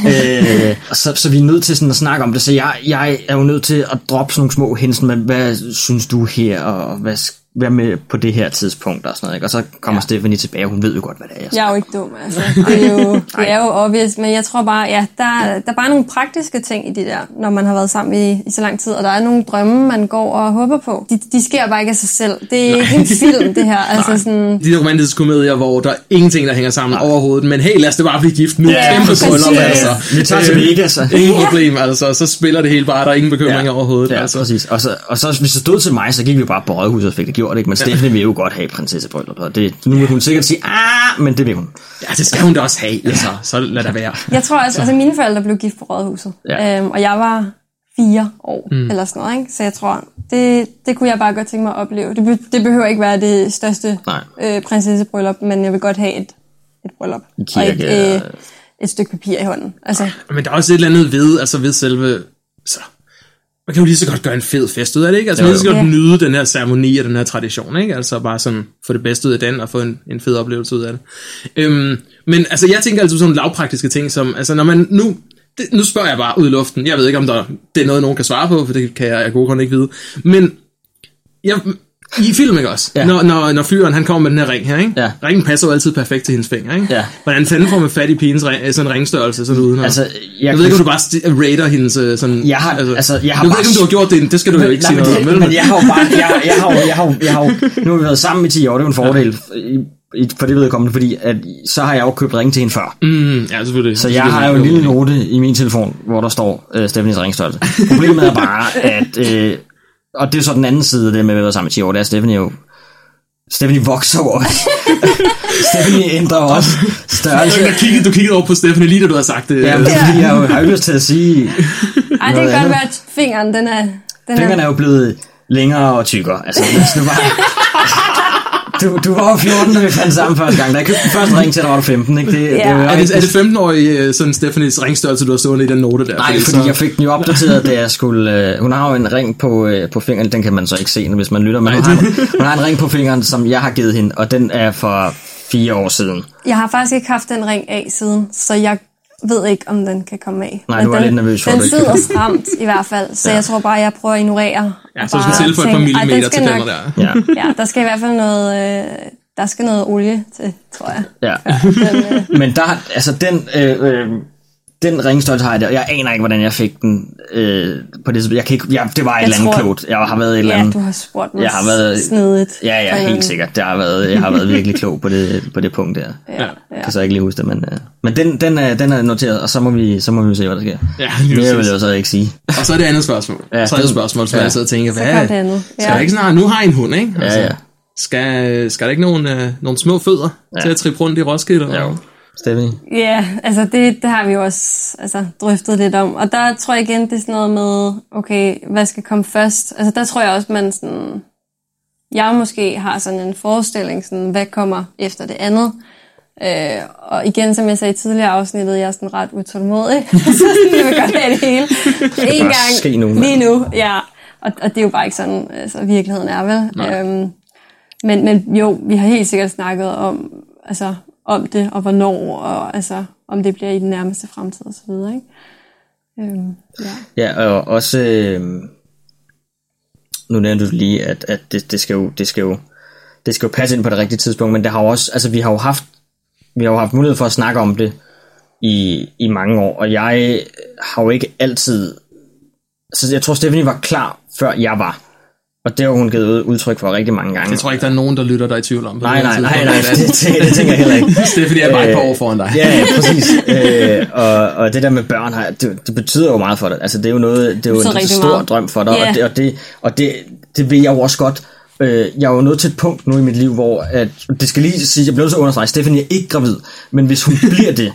om. Øh, og så, så vi er nødt til sådan at snakke om det, så jeg, jeg er jo nødt til at droppe sådan nogle små hints, hvad, hvad synes du her, og hvad, hvad med på det her tidspunkt og sådan noget, ikke? Og så kommer ja. Stephanie tilbage, hun ved jo godt, hvad det er. Jeg er jo ikke dum, altså. Det er jo, det er jo obvious, men jeg tror bare, ja, der, der er bare nogle praktiske ting i det der, når man har været sammen i, i så lang tid, og der er nogle drømme, man går og håber på. De, de sker bare ikke af sig selv. Det er ikke en film, det her. Altså sådan, De romantiske komedier, hvor der er ingenting, der hænger sammen Nej. overhovedet, men hey, lad os det bare blive gift nu. Ja, Kæmpe præcis. bryllup, Ja, altså. Vi tager til Vegas. Øh, Ingen problem, altså. Så spiller det hele bare, der er ingen bekymringer Ja. overhovedet. Ja, altså. præcis. Og så, og så hvis det stod til mig, så gik vi bare på rådhuset og fik det gjort, ikke? Men Stephanie vil jo godt have prinsessebryllup, og det, nu vil hun sikkert sige, ah, men det vil hun. Ja, det skal hun da også have, altså. Så lad det være. jeg tror også, altså mine forældre blev gift på Rådhuset, Ja. øhm, og jeg var fire år, mm. eller sådan noget, ikke? Så jeg tror, det, det kunne jeg bare godt tænke mig at opleve. Det, be, det behøver ikke være det største øh, prinsessebryllup, men jeg vil godt have et, et bryllup. I Og kirke, et, øh, og- et stykke papir i hånden. Altså, Men der er også et eller andet ved, altså ved selve... Så, man kan jo lige så godt gøre en fed fest ud af det, ikke? Altså Jo, man kan jo. lige så godt Ja. nyde den her ceremoni og den her tradition, ikke? Altså bare sådan få det bedste ud af den og få en, en fed oplevelse ud af det. Øhm, men altså jeg tænker altså sådan lavpraktiske ting som, altså når man nu... Det, nu spørger jeg bare ud i luften. Jeg ved ikke, om der, det er noget, nogen kan svare på, for det kan jeg af gode grunde ikke vide. Men jeg, i film, ikke også? Ja. Når, når, når fyren han kommer med den her ring her, ikke? Ja. Ringen passer jo altid perfekt til hendes finger, ikke? Ja. Hvordan fanden får man fat i pigens ring, sådan en ringstørrelse sådan uden her? Altså, Jeg, jeg, jeg ved ikke, om du bare st- rater hendes øh, sådan... Jeg har- altså, jeg har jeg ved bare- ikke, om du har gjort det, det skal du jo ikke Nej, sige men, noget det, om, vel? men jeg har jo bare, jeg, jeg har jo, jeg har jo, jeg har jo, nu har vi været sammen i ti år, det er jo en fordel i, i, for det vedkommende, fordi at, så har jeg jo købt ring til hende før. Mm, ja, selvfølgelig. Så jeg har jo en lille note i min telefon, hvor der står øh, Stephanies ringstørrelse. Problemet er bare, at, øh, og det er så den anden side af det med at være sammen i ti år, det er Stephanie jo, Stephanie vokser jo også. Stephanie ændrer også størrelse. Du kiggede, du kiggede over på Stephanie lige da du havde sagt det. Ja, men det er fordi, jeg har jo har jo lyst til at sige... ej, det kan godt være, at fingeren, den er... Den Fingrene er jo blevet længere og tykkere. Altså, hvis du var... Du, du var jo fjorten, da vi fandt sammen første gang. Da jeg købte den første ring til, der var du femten, ikke? Det, Ja. det jo Er det, rigtig- er det femten-årige sådan Stephanies ringstørrelse, du har stående i den note der? Nej, fordi så- jeg fik den jo opdateret, da jeg skulle... Øh, hun har jo en ring på, øh, på fingeren, den kan man så ikke se, hvis man lytter, men hun har, en, hun har en ring på fingeren, som jeg har givet hende, og den er for fire år siden. Jeg har faktisk ikke haft den ring af siden, så jeg ved ikke, om den kan komme af. Nej, Men du var den, lidt nervøs for, den at du ikke sidder kan. stramt i hvert fald, så Ja. jeg tror bare, jeg prøver at ignorere. Ja, og så du skal bare tilføje et par tænke, "Ej, den millimeter skal til den nok- der. Ja. Ja, der skal i hvert fald noget, øh, der skal noget olie til, tror jeg. Ja. Den, øh... Men der, altså den, øh, øh, den ringstolse har jeg der, jeg aner ikke, hvordan jeg fik den øh, på det. Jeg kan ikke, jeg, det var et jeg eller andet tror, klogt. Jeg har været et eller andet. Ja, du har spurgt mig jeg har været, snedigt. Ja, ja, helt en... sikkert. Det har været, jeg har været virkelig klog på det, på det punkt der. Ja, ja. Jeg kan så ikke lige huske det, men, øh, men den, den, er, den er noteret, og så må vi, så må vi se, hvad der sker. Ja, det vil jeg så ikke sige. Og så er det andet spørgsmål. Ja, tredje spørgsmål, så ja. Jeg sidder og tænker, hvad er det andet? Ja. Skal der ikke snart, nu har I en hund, ikke? Altså, ja, ja. Skal, skal der ikke nogen, øh, nogle små fødder ja. til at trippe rundt i Roskilde? Ja, Stephanie. Ja, altså det, det har vi jo også altså, drøftet lidt om. Og der tror jeg igen, det er sådan noget med, okay, hvad skal komme først? Altså der tror jeg også, man sådan... Jeg måske har sådan en forestilling, sådan, hvad kommer efter det andet? Øh, og igen, som jeg sagde i tidligere afsnittet, jeg er sådan ret utålmodig. Så jeg vil godt have det hele. En gang, nu, lige nu, ja. Og, og det er jo bare ikke sådan, altså virkeligheden er vel. Øhm, men, men jo, vi har helt sikkert snakket om, altså, om det, og hvornår, og altså, om det bliver i den nærmeste fremtid og så videre, ikke? Øhm, ja. ja, og også, øh, nu nævnte du lige, at, at det, det, skal jo, det, skal jo, det skal jo passe ind på det rigtige tidspunkt, men det har jo også, altså vi har jo haft, vi har jo haft mulighed for at snakke om det i, i mange år, og jeg har jo ikke altid, så jeg tror Stephanie var klar, før jeg var. Og det har hun givet udtryk for rigtig mange gange. Jeg tror ikke, der er nogen, der lytter dig i tvivl om. Nej, nej, nej, nej, det, det, det tænker jeg heller ikke. Det er fordi, jeg er bare et par år foran dig. Ja, ja, præcis. øh, og, og det der med børn, her, det, det betyder jo meget for dig. Altså, det er jo, noget, det er jo en stor meget. drøm for dig. Yeah. Og, det, og, det, og det, det vil jeg jo også godt. Øh, jeg er jo nået til et punkt nu i mit liv, hvor at, det skal lige sige, jeg bliver nødt til at understrege, Stephanie er ikke gravid, men hvis hun bliver det,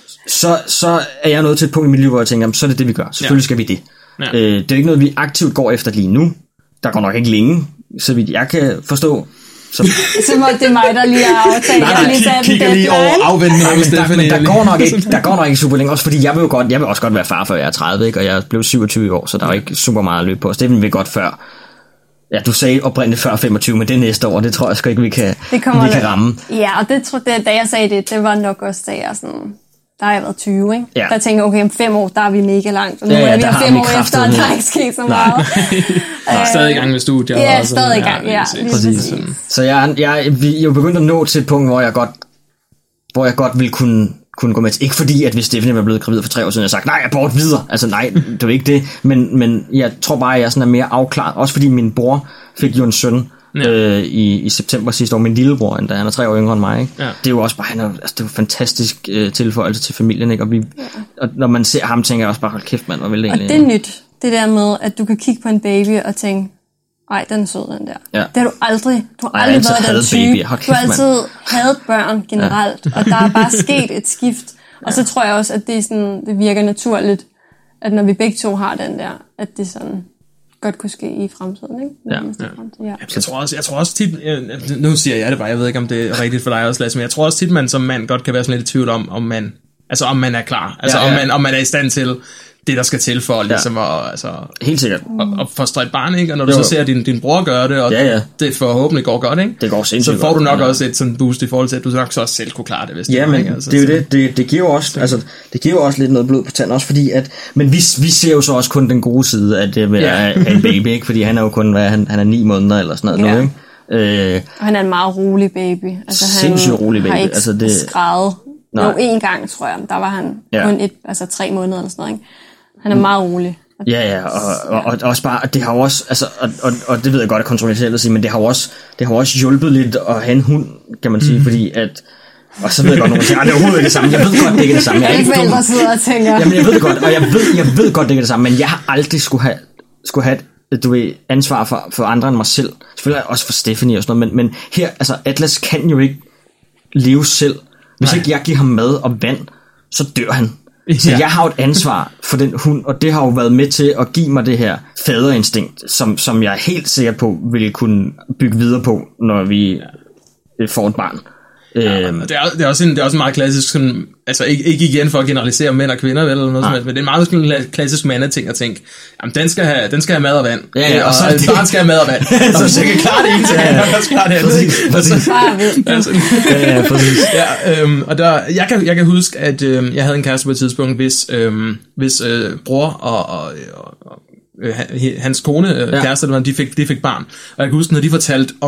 så, så er jeg nået til et punkt i mit liv, hvor jeg tænker, så er det det, vi gør. Selvfølgelig skal vi det. Ja. Øh, det er ikke noget, vi aktivt går efter lige nu. Der går nok ikke længe, så vidt jeg kan forstå. Så, så må det mig, der lige har aftalt. Nej, nej, kig, kigger lige over afvendende med Stephanie. Der, der, går nok ikke, der går nok ikke super længe, også fordi jeg vil jo godt, jeg vil også godt være far, før jeg er tredive, ikke? Og jeg blev syvogtyve i år, så der er jo ikke super meget at løbe på. Stephanie vil godt før. Ja, du sagde oprindeligt før femogtyve, men det næste år, det tror jeg sgu ikke, vi kan, vi kan ramme. Ja, og det, det, da jeg sagde det, det var nok også, da jeg sådan... Der har jeg været tyve, ikke? Ja. Der tænker jeg, okay, om fem år, der er vi mega langt. Og nu ja, ja, er vi her fem år efter, og der er ikke sket så meget. Nej. Stadig i gang med studier. Ja, stadig i gang, ja. ja præcis. Så jeg, jeg, jeg er begyndt at nå til et punkt, hvor jeg godt, hvor jeg godt vil kunne, kunne gå med til. Ikke fordi, at hvis Stephanie var blevet gravid for tre år siden, jeg sagt, nej, abort videre. Altså nej, det var ikke det. Men, men jeg tror bare, at jeg sådan er mere afklaret. Også fordi min bror fik jo en søn. Ja. Øh, i, i september sidste år, min lillebror, endda han er tre år yngre end mig, ikke? Ja. Det er jo også bare, han er, altså, det er jo fantastisk øh, tilføjelse til familien, ikke? Og, vi, ja. og når man ser ham, tænker jeg også bare, hold kæft mand, hvor vil det egentlig. Og det er nyt, det der med, at du kan kigge på en baby og tænke, ej, den er sød, den der. Ja. Det har du aldrig, du har aldrig været den type. Du har altid hadet børn generelt, ja. Og der er bare sket et skift. Og så tror jeg også, at det, er sådan, det virker naturligt, at når vi begge to har den der, at det sådan... godt kunne ske i fremtiden, ikke? Ja, ja. Fremtid, ja. Jeg tror også, jeg tror også tit, nu siger jeg det bare, jeg ved ikke, om det er rigtigt for dig også, Lasse, men jeg tror også tit, man som mand godt kan være sådan lidt i tvivl om, om man, altså om man er klar, altså ja, ja. Om, man, om man er i stand til det, der skal til for ligesom ja. at, altså... Helt sikkert. Og, og fostre et barn, ikke? Og når du jo. så ser din, din bror gøre det, og ja, ja. det forhåbentlig går godt, ikke? Det går sindssygt så får du nok godt, også et sådan boost i forhold til, at du nok så også selv kunne klare det, hvis ja, det men ikke? Altså, det er jo det, det, det giver jo også, altså, det giver jo også lidt noget blod på tanden, også fordi at, men vi, vi ser jo så også kun den gode side af det med ja. at have en baby, ikke? Fordi han er jo kun, hvad, han, han er ni måneder eller sådan noget, ja. nu, ikke? Øh, og han er en meget rolig baby. Altså, han sindssygt rolig baby. Har ikke altså, det, skrædet. Jo, en gang, tror jeg, der var han ja. kun et, altså tre måneder eller sådan noget, ikke? Han er meget rolig. Ja, ja, og, og, og også bare, det har jo også, altså, og, og, og det ved jeg godt er kontroversielt at sige, men det har jo også, det har jo også hjulpet lidt at have en hund, kan man sige, mm. fordi at, og så ved jeg godt, nogen siger, det er overhovedet ikke det samme, jeg ved godt, det ikke er det samme. Jeg er ikke forældre sidder og tænker. Jamen, jeg ved det godt, og jeg ved, jeg ved godt, det ikke er det samme, men jeg har aldrig skulle have, skulle have du ved, ansvar for, for andre end mig selv. Selvfølgelig også for Stephanie og sådan noget, men, men her, altså, Atlas kan jo ikke leve selv. Hvis Nej. ikke jeg giver ham mad og vand, så dør han. Så ja. jeg har jo et ansvar for den hund, og det har jo været med til at give mig det her faderinstinkt, som, som jeg er helt sikker på, vil kunne bygge videre på, når vi får et barn. Ja, øhm. det, er, det, er også en, det er også en meget klassisk, sådan, altså ikke, ikke igen for at generalisere mænd og kvinder, vel, eller noget som helst, men det er en meget klassisk mandeting at tænke, jamen den skal have, den skal have mad og vand, ja, ja, og, og så et barn skal have mad og vand, så hvis jeg kan klare det ene, så kan jeg også klare det andet. Præcis, præcis. altså, ja, ja, præcis. Ja, øhm, og der, jeg, kan, jeg kan huske, at øhm, jeg havde en kæreste på et tidspunkt, hvis, øhm, hvis øh, bror og, og, og, og øh, hans kone, øh, ja. kæreste, de fik, de fik barn, og jeg kan huske, når de fortalte om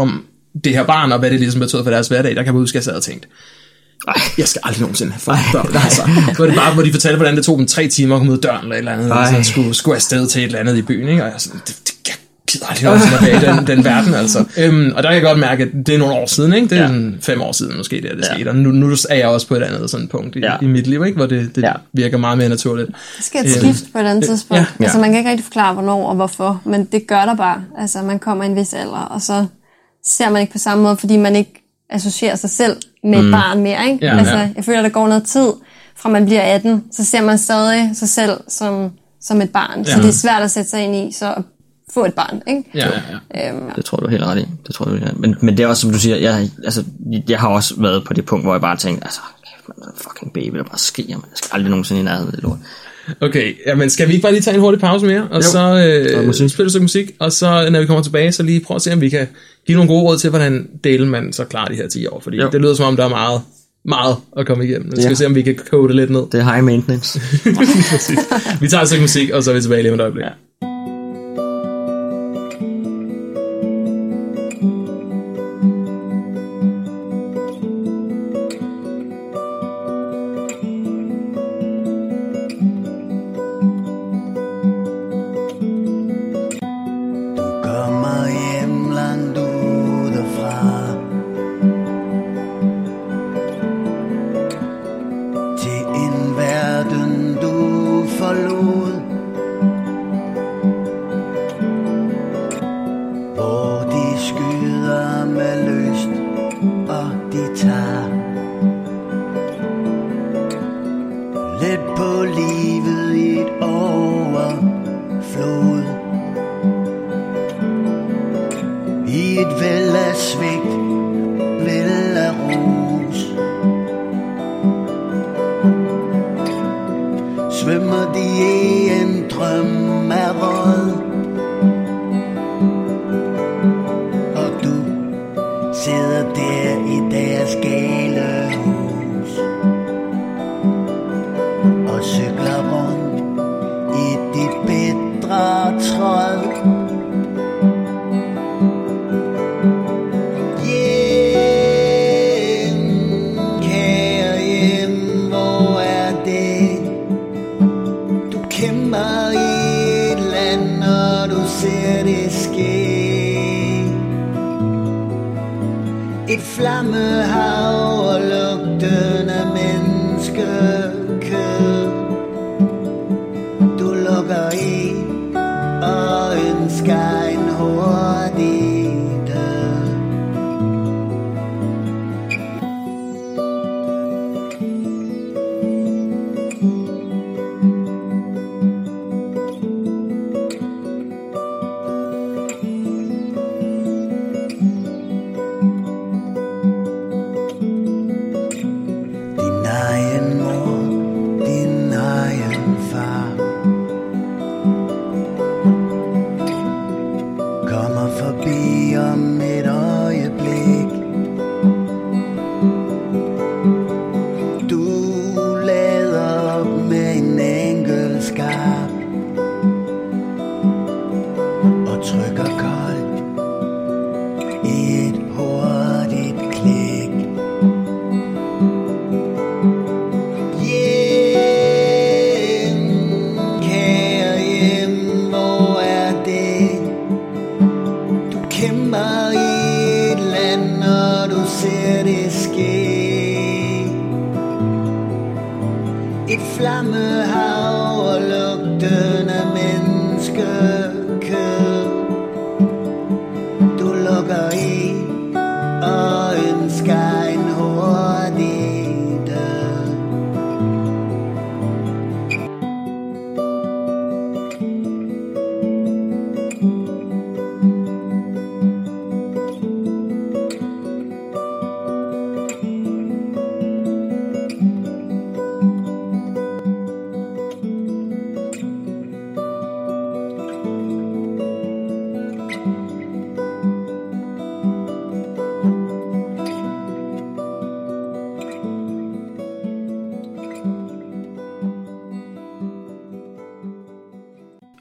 det her barn, og hvad det ligesom betød for deres hverdag, der kan man huske, at jeg sad og tænkte, ej, jeg skal aldrig nogensinde have fået børn. Altså, hvor det bare, hvor de fortalte, hvordan det tog dem tre timer at komme ud af døren, eller et eller andet, og så skulle, skulle afsted til et eller andet i byen, ikke? Og jeg sådan, det, det, jeg gider aldrig nogensinde at være i den, den verden, altså. Øhm, og der kan jeg godt mærke, at det er nogle år siden, ikke? Det er ja. fem år siden måske, det, det ja. skete, og nu, nu er jeg også på et andet sådan punkt i, ja. i mit liv, ikke? Hvor det, det ja. virker meget mere naturligt. Det skal et skift på et andet tidspunkt. Ja. Altså, man kan ikke rigtig forklare, hvornår og hvorfor, men det gør der bare. Altså, man kommer i en vis alder, og så ser man ikke på samme måde, fordi man ikke associerer sig selv med mm. et barn mere, ikke? Ja, altså, ja. Jeg føler, der går noget tid, fra man bliver atten, så ser man stadig sig selv som, som et barn. Ja. Så det er svært at sætte sig ind i, så at få et barn, ikke? Ja, ja, ja. Øhm. Det tror du er helt ret i. Det tror du, ja. men, men det er også, som du siger, jeg, altså, jeg har også været på det punkt, hvor jeg bare tænkte, altså, man er en fucking baby, der bare skriger, man. Jeg skal aldrig nogensinde i nærheden af det lort. Okay, jamen skal vi ikke bare lige tage en hurtig pause mere, og jo. så øh, spiller du så musik, og så når vi kommer tilbage, så lige prøve at se, om vi kan give nogle gode råd til, hvordan deler man så klarer de her ti år, fordi jo. det lyder som om, der er meget, meget at komme igennem. Så skal vi se, om vi kan kode det lidt ned. Det er high maintenance. Vi tager så musik, og så er vi tilbage lige om et øjeblik. Ja.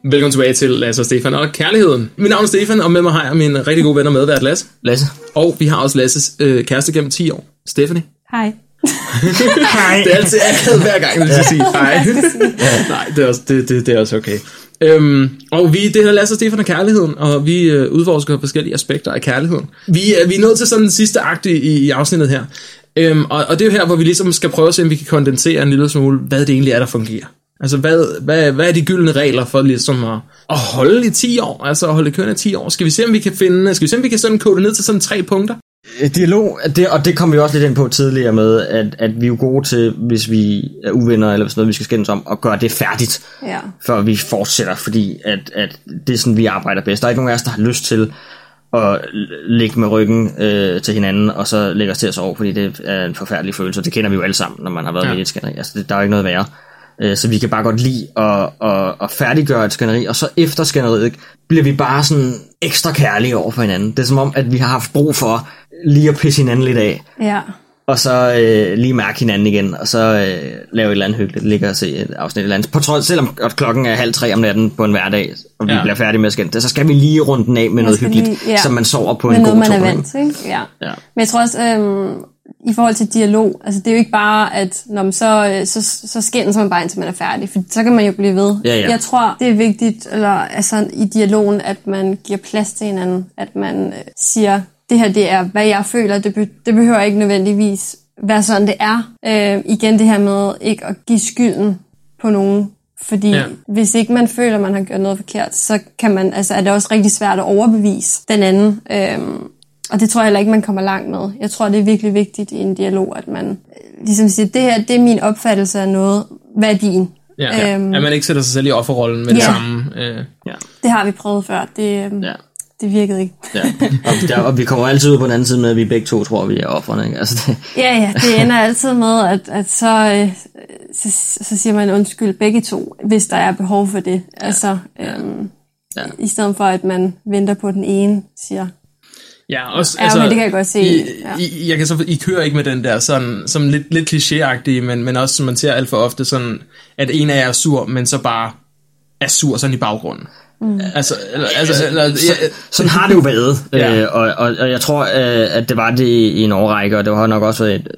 Velkommen tilbage til Lasse og Stefan og Kærligheden. Mit navn er Stefan, og med mig har jeg min rigtig gode ven og medvært Lasse. Lasse. Og vi har også Lasses øh, kæreste gennem ti år, Stephanie. Hej. Hej. Det er altid akavet hver gang, jeg skal sige hej. Nej, det er også, det, det, det er også okay. Øhm, og vi, det her Lasse og Stefan og Kærligheden, og vi øh, udforsker forskellige aspekter af kærligheden. Vi, øh, vi er nået til sådan den sidste akt i, i afsnittet her. Øhm, og, og det er jo her, hvor vi ligesom skal prøve at se, om vi kan kondensere en lille smule, hvad det egentlig er, der fungerer. Altså, hvad, hvad, hvad er de gyldne regler for ligesom at, at holde i ti år? Altså, at holde kørende i ti år. Skal vi se, om vi kan finde, skal vi se, om vi kan sådan kode ned til sådan tre punkter? Dialog, det, og det kom vi også lidt ind på tidligere med, at, at vi er jo gode til, hvis vi er uvenner, eller sådan noget, vi skal skændes om, at gøre det færdigt, Ja. før vi fortsætter, fordi at, at det er sådan, vi arbejder bedst. Der er ikke nogen af os, der har lyst til at ligge med ryggen øh, til hinanden, og så lægge os til at sove, fordi det er en forfærdelig følelse, og det kender vi jo alle sammen, når man har været ja. med i et skænderi. Altså, det, der er jo ikke noget værre. Øh, så vi kan bare godt lide at, at, at færdiggøre et skænderi, og så efter skænderiet bliver vi bare sådan ekstra kærlige over for hinanden. Det er som om, at vi har haft brug for lige at pisse hinanden lidt af, Ja. og så øh, lige mærke hinanden igen, og så øh, lave et eller andet hyggeligt, ligge og se et afsnit eller andet. På trods, selvom at klokken er halv tre om natten på en hverdag, og vi ja. bliver færdige med at skænde, så skal vi lige runde den af med noget hyggeligt, lige, ja. så man sover på med en noget, god man tone. er vant til, ikke? Ja. Ja. Men jeg tror også, øhm, i forhold til dialog, altså det er jo ikke bare, at når man så, så, så skændes man bare indtil man er færdig, for så kan man jo blive ved. Ja, ja. Jeg tror, det er vigtigt, eller altså i dialogen, at man giver plads til hinanden, at man øh, siger, det her det er, hvad jeg føler, det, be, det behøver ikke nødvendigvis være sådan, det er. Øh, igen det her med ikke at give skylden på nogen, fordi ja. hvis ikke man føler, at man har gjort noget forkert, så kan man, altså, er det også rigtig svært at overbevise den anden. Øh, og det tror jeg heller ikke, man kommer langt med. Jeg tror, det er virkelig vigtigt i en dialog, at man øh, ligesom siger, det her det er min opfattelse af noget, hvad er din? Ja, øhm, at man ikke sætter sig selv i offerrollen med ja. det samme. Øh. Ja. Det har vi prøvet før. Det, øh, ja. Det virkede ikke. Ja. Og, der, og vi kommer altid ud på den anden side med, at vi begge to tror, vi er offerne. Ikke? Altså det... Ja, ja, det ender altid med, at, at så, øh, så, så siger man undskyld begge to, hvis der er behov for det. Ja. Altså, øhm, ja. i stedet for, at man venter på den ene, siger... Ja, også, ja, altså, okay, det kan jeg godt se. I, ja. I, jeg kan så, I kører ikke med den der sådan, som lidt, lidt klichéagtige, men, men også, som man ser alt for ofte, sådan, at en af jer er sur, men så bare er sur sådan i baggrunden. Mm. Altså, eller, altså, eller, så, ja, sådan har det jo været, ja. øh, og, og, og jeg tror, øh, at det var det i en årrække, og det var nok også et,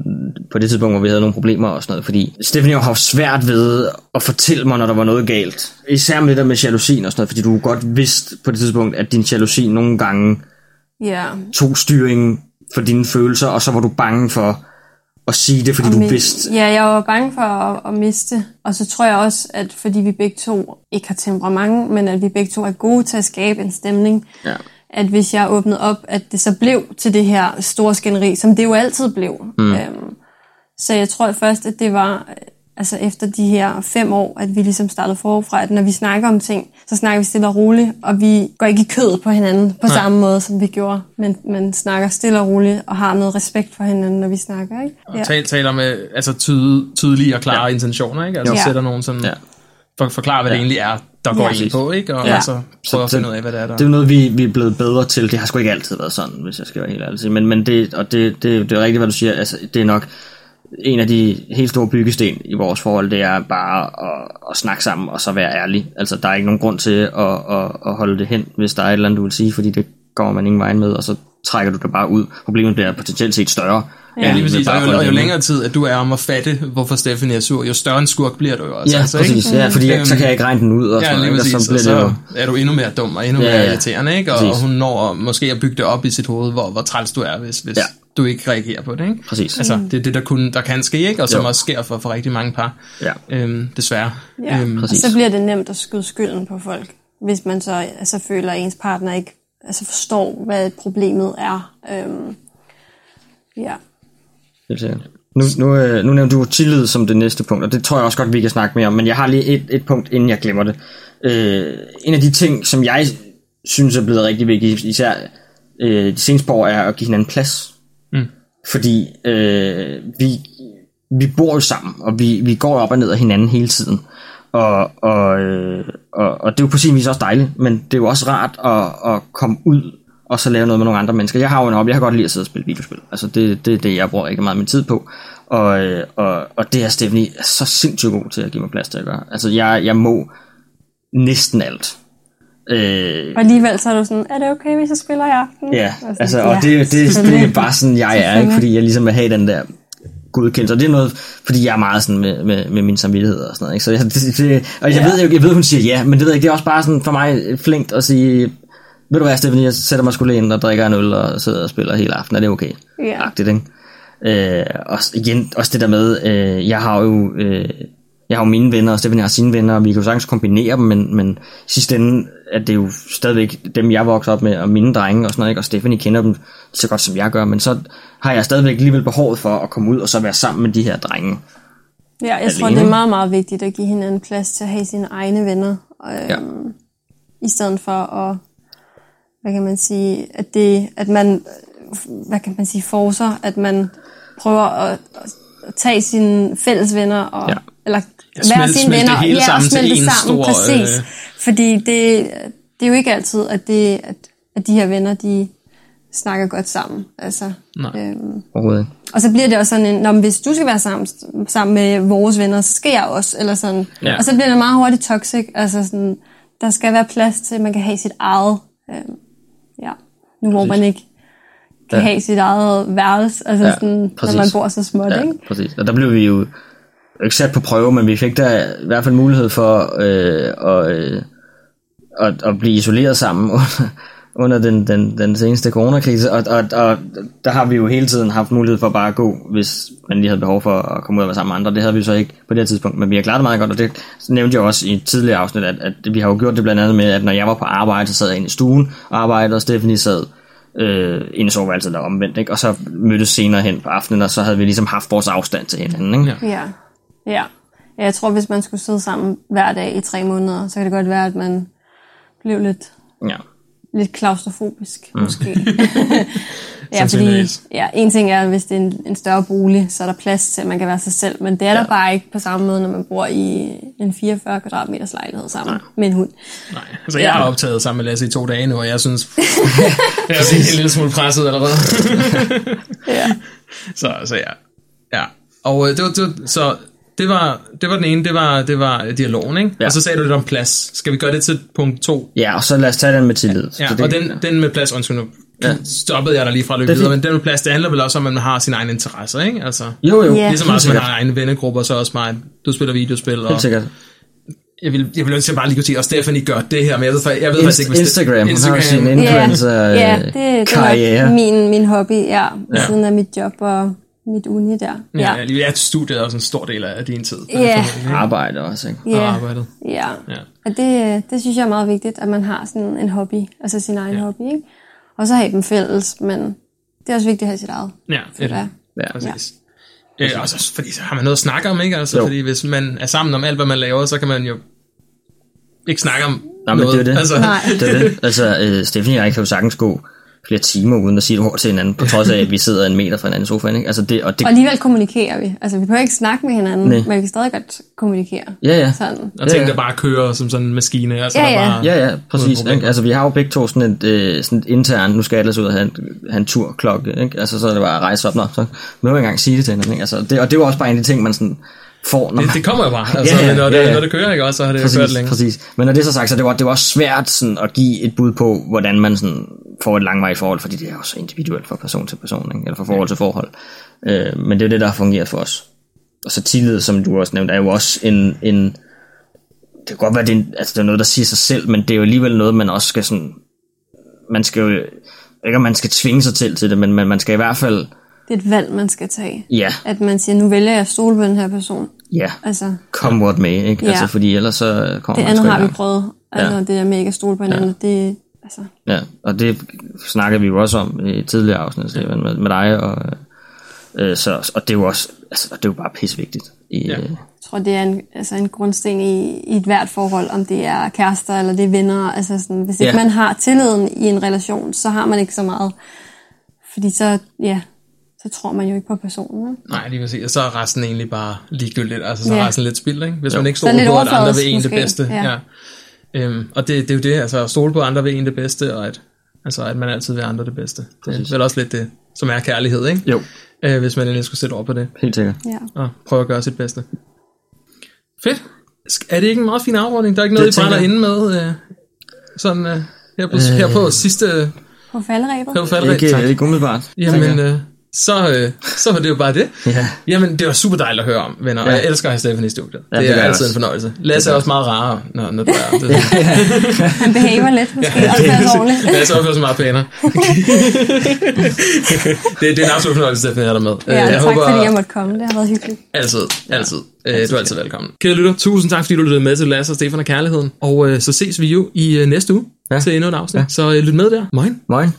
på det tidspunkt, hvor vi havde nogle problemer og sådan noget, fordi Stephanie har haft svært ved at fortælle mig, når der var noget galt. Især med det der med jalousien og sådan noget, fordi du godt vidste på det tidspunkt, at din jalousi nogle gange yeah. tog styringen for dine følelser, og så var du bange for at sige det, fordi og du mi- vidste... Ja, jeg var bange for at, at miste. Og så tror jeg også, at fordi vi begge to ikke har temperament, men at vi begge to er gode til at skabe en stemning, ja. At hvis jeg åbnede op, at det så blev til det her store skænderi, som det jo altid blev. Mm. Øhm, så jeg tror først, at det var altså efter de her fem år, at vi ligesom startede forfra, at når vi snakker om ting, så snakker vi stille og roligt, og vi går ikke i kødet på hinanden på Nej. samme måde, som vi gjorde, men man snakker stille og roligt, og har noget respekt for hinanden, når vi snakker, ikke? Og ja. tal, taler med altså tyde, tydelige og klare ja. intentioner, ikke? Altså ja. sætter nogen sådan, ja. for, forklare, hvad ja. det egentlig er, der går ja. ind på, ikke? Og ja. altså prøve at finde ud af, hvad det er, der... Det er noget, vi, vi er blevet bedre til. Det har sgu ikke altid været sådan, hvis jeg skal være helt ærlig. Men, men det, og det, det, det er rigtigt, hvad du siger, altså det er nok en af de helt store byggesten i vores forhold, det er bare at, at snakke sammen og så være ærlig. Altså, der er ikke nogen grund til at, at, at holde det hen, hvis der er et eller andet, du vil sige, fordi det kommer man ingen vej med, og så trækker du det bare ud. Problemet bliver potentielt set større. Ja, lige præcis. Og jo, jo længere tid, at du er om at fatte, hvorfor Stephanie er sur, jo større en skurk bliver du jo også. Ja, altså, præcis. Ikke? Ja, fordi jeg, så kan jeg ikke regne den ud. Og ja, sådan, lige præcis. Og så, og så er du endnu mere dum og endnu ja, mere irriterende, ikke? Og, og hun når måske at bygge det op i sit hoved, hvor, hvor træls du er, hvis, hvis ja. du ikke reagerer på det, ikke? Præcis. Altså, det er det, der, kunne, der kan ske, ikke? Og som jo. også sker for, for rigtig mange par, ja. øhm, desværre. Ja, øhm, og så bliver det nemt at skyde skylden på folk, hvis man så altså, føler, at ens partner ikke altså, forstår, hvad problemet er. Øhm, ja. Helt sikkert. Nu, nu, nu nævnte du tillid som det næste punkt, og det tror jeg også godt, vi kan snakke mere om, men jeg har lige et, et punkt, inden jeg glemmer det. Øh, en af de ting, som jeg synes er blevet rigtig vigtigt, især øh, de seneste år, er at give hinanden plads. Mm. Fordi øh, vi, vi bor jo sammen, og vi, vi går op og ned af hinanden hele tiden. Og, og, øh, og, og det er jo på sin vis også dejligt, men det er jo også rart at, at komme ud og så lave noget med nogle andre mennesker. Jeg har jo en hobby, jeg kan godt lide at sidde og spille videospil. Altså det, det er det, jeg bruger ikke meget min tid på. Og, og, og det er Stephanie er så sindssygt god til at give mig plads til at gøre. Altså jeg, jeg må næsten alt. Øh, og alligevel så er du sådan, er det okay, hvis jeg spiller i aften? Ja, og, sådan, altså, og det, det, det, det er bare sådan, jeg er, ikke? Fordi jeg ligesom vil have den der godkendt, og det er noget, fordi jeg er meget sådan med, med, med min samvittighed og sådan noget, ikke? Så jeg, det, det, og jeg, ja. ved, jeg, jeg ved, hun siger ja, men det ved jeg ikke, det er også bare sådan for mig flinkt at sige, ved du hvad, Stephanie, jeg sætter mig sgu lige ind og drikker en øl og sidder og spiller hele aftenen, er det okay? Ja. Agtigt, ikke? Øh, og igen, også det der med, øh, jeg har jo, øh, jeg har jo mine venner, og Stephanie har sine venner, og vi kan jo sagtens kombinere dem, men, men i sidste ende, at det er jo stadigvæk dem, jeg vokser op med, og mine drenge og sådan noget, ikke? Og Stephanie kender dem så godt, som jeg gør, men så har jeg stadigvæk alligevel behovet for at komme ud og så være sammen med de her drenge. Ja, jeg alene. tror, det er meget, meget vigtigt at give hinanden plads til at have sine egne venner, øhm, ja. i stedet for at, hvad kan man sige, at det, at man, hvad kan man sige, forser, at man prøver at, at tage sine fælles venner og ja. eller ja, være sine venner, det hele ja, sammen og smelte til en sammen, stor, præcis. Øh... Fordi det, det er jo ikke altid, at, det, at, at de her venner, de snakker godt sammen. Altså, øhm, overhovedet. og så bliver det også sådan en, når, hvis du skal være sammen, sammen med vores venner, så skal jeg også, eller sådan. Ja. Og så bliver det meget hurtigt toxic. Altså sådan, der skal være plads til, at man kan have sit eget, øhm, ja, nu hvor man ikke kan ja. have sit eget værelse, altså ja, sådan, når man bor så småt, ja, ikke? Præcis. Og der blev vi jo ikke sat på prøve, men vi fik der i hvert fald mulighed for øh, at, øh, at, at blive isoleret sammen under, under den, den, den seneste coronakrise, og, og, og der har vi jo hele tiden haft mulighed for bare at gå, hvis man lige havde behov for at komme ud og være sammen med andre. Det havde vi så ikke på det her tidspunkt, men vi har klaret det meget godt, og det nævnte jeg også i et tidligere afsnit, at, at vi har jo gjort det blandt andet med, at når jeg var på arbejde, så sad jeg inde i stuen og arbejdede, og Stephanie sad øh, inde i soveværelset der omvendt, ikke? Og så mødtes senere hen på aftenen, og så havde vi ligesom haft vores afstand til hinanden, ikke? Ja. Ja. Ja. Jeg tror, hvis man skulle sidde sammen hver dag i tre måneder, så kan det godt være, at man blev lidt... Ja. lidt klaustrofobisk, mm. måske. ja, fordi ja, en ting er, hvis det er en, en større bolig, så er der plads til, at man kan være sig selv, men det er ja. der bare ikke på samme måde, når man bor i en fireogfyrre kvadratmeters lejlighed sammen Nej. med en hund. Nej, altså jeg har optaget sammen med Lasse i to dage nu, og jeg synes, jeg er en lille smule presset allerede. ja. Så, så ja. ja. Og det var, det var, så det var, det var den ene, det var, det var dialogen, ikke? Ja. Og så sagde du lidt om plads. Skal vi gøre det til punkt to? Ja, og så lad os tage den med tillid. Ja, det, og den, den med plads, undskyld nu, ja. stoppede jeg der lige fra at løbe videre, men den med plads, det handler vel også om, at man har sine egne interesser, ikke? Altså, jo, jo. Yeah. Ligesom også, man har egne vennegrupper, så også mig, du spiller videospil, og... Helt sikkert. Jeg vil, jeg vil ønske bare lige kunne sige, og Stephanie gør det her, men jeg ved, jeg ved Inst- faktisk ikke, hvis Instagram, det... Instagram, hun har sin influencer-karriere. Ja, det, det var min, min hobby, ja, ved ja. siden af mit job og mit uni der. Ja, ja. ja studiet er også en stor del af din tid. Ja. Arbejde også, ikke? Ja. Og arbejdet. Ja, ja. Og det, det synes jeg er meget vigtigt, at man har sådan en hobby, altså sin egen ja. hobby, ikke? Og så har I dem fælles, men det er også vigtigt at have sit eget. Ja, det er det. Ja, præcis. Ja. Øh, også fordi så har man noget at snakke om, ikke? Altså, fordi hvis man er sammen om alt, hvad man laver, så kan man jo ikke snakke om Nej, noget. Men det er det. Altså. det, er det. Altså, øh, Stephanie og jeg kan jo sagtens gå flere timer uden at sige et ord til hinanden, på trods af, at vi sidder en meter fra hinanden i sofaen, ikke? Altså det, og, det... og alligevel kommunikerer vi. Altså, vi behøver ikke snakke med hinanden, Nej. men vi kan stadig godt kommunikere. Ja, ja. Sådan. Og ting, der bare kører som sådan en maskine. Altså, ja, ja. Der bare ja, ja, præcis. Ikke? Altså, vi har jo begge to sådan et, øh, sådan et intern, nu skal jeg ellers ud og have en, have en turklokke, ikke? Altså, så er det bare at rejse op, nå, så må jeg ikke engang sige det til hinanden, ikke? Altså, det, og det er jo også bare en af de ting, man sådan får, når man... det, det kommer jo bare, altså, ja, ja, når, det, ja, ja. når det kører, ikke også, så har det præcis, jo kørt længe. Præcis, men når det er så sagt, så det var, det var også svært sådan, at give et bud på, hvordan man sådan får et langvarigt forhold, fordi det er jo så individuelt fra person til person, ikke? Eller fra forhold til forhold. Øh, men det er jo det, der har fungeret for os. Og så tillid, som du også nævnte, er jo også en... en det kan godt være, det er, altså, det er noget, der siger sig selv, men det er jo alligevel noget, man også skal sådan... Man skal jo... Ikke om man skal tvinge sig til til det, men man, man skal i hvert fald... Det er et valg, man skal tage. Ja. At man siger, nu vælger jeg at stole på den her person. Ja, altså, come what may, ikke? Ja. Altså, fordi ellers så kommer det man andet har vi prøvet. Altså, ja. Det der med ikke at stole på hinanden, ja. det... Altså. Ja, og det snakker vi jo også om i tidligere afsnit ja. med, med dig, og, øh, så, og det er jo også, altså, det er jo bare pissevigtigt. I, ja. øh, Jeg tror, det er en, altså en grundsten i, i et hvert forhold, om det er kærester eller det er venner. Altså sådan, hvis ikke ja. man har tilliden i en relation, så har man ikke så meget. Fordi så, ja, så tror man jo ikke på personen. Ikke? Nej, lige præcis. Og så er resten egentlig bare ligegyldigt. Altså, så ja. er resten lidt spildt, ikke? Hvis jo. man ikke stoler på, at andre vil en det bedste. Ja. Ja. Øhm, og det, det er jo det, altså at stole på, at andre vil en det bedste, og at, altså, at man altid vil andre det bedste. Det er vel også lidt det, som er kærlighed, ikke? Jo. Øh, hvis man endelig skulle sætte over på det. Helt sikkert. Ja. Og prøve at gøre sit bedste. Fedt. Er det ikke en meget fin afrunding? Der er ikke noget, Det I brænder tænker inde med? Øh, sådan øh, her, på, øh, her på sidste... På falderæbet. Her på falderæbet. Ikke, ikke umiddelbart. Jamen, øh, så, øh, så var det jo bare det. Ja. Jamen, det var super dejligt at høre om, venner. Og Ja. jeg elsker at have Stefan i studiet. Ja, det, det er gør altid jeg en fornøjelse. Lasse er også meget rarere, når, når du er. Det, Han behaver lidt, måske. Ja, det er ordentligt. Lasse opfører sig meget pænere. det, det er en absolut fornøjelse, Stefan, at have dig med. Ja, jeg tak håber, fordi jeg måtte komme. Det har været hyggeligt. Altid, altid. Øh, du er altid velkommen. Kære lytter, tusind tak, fordi du lyttede med til Lasse og Stefan og Kærligheden. Og øh, så ses vi jo i øh, næste uge ja. til endnu et afsnit. Ja. Så øh, lyt med der. Moin. Moin.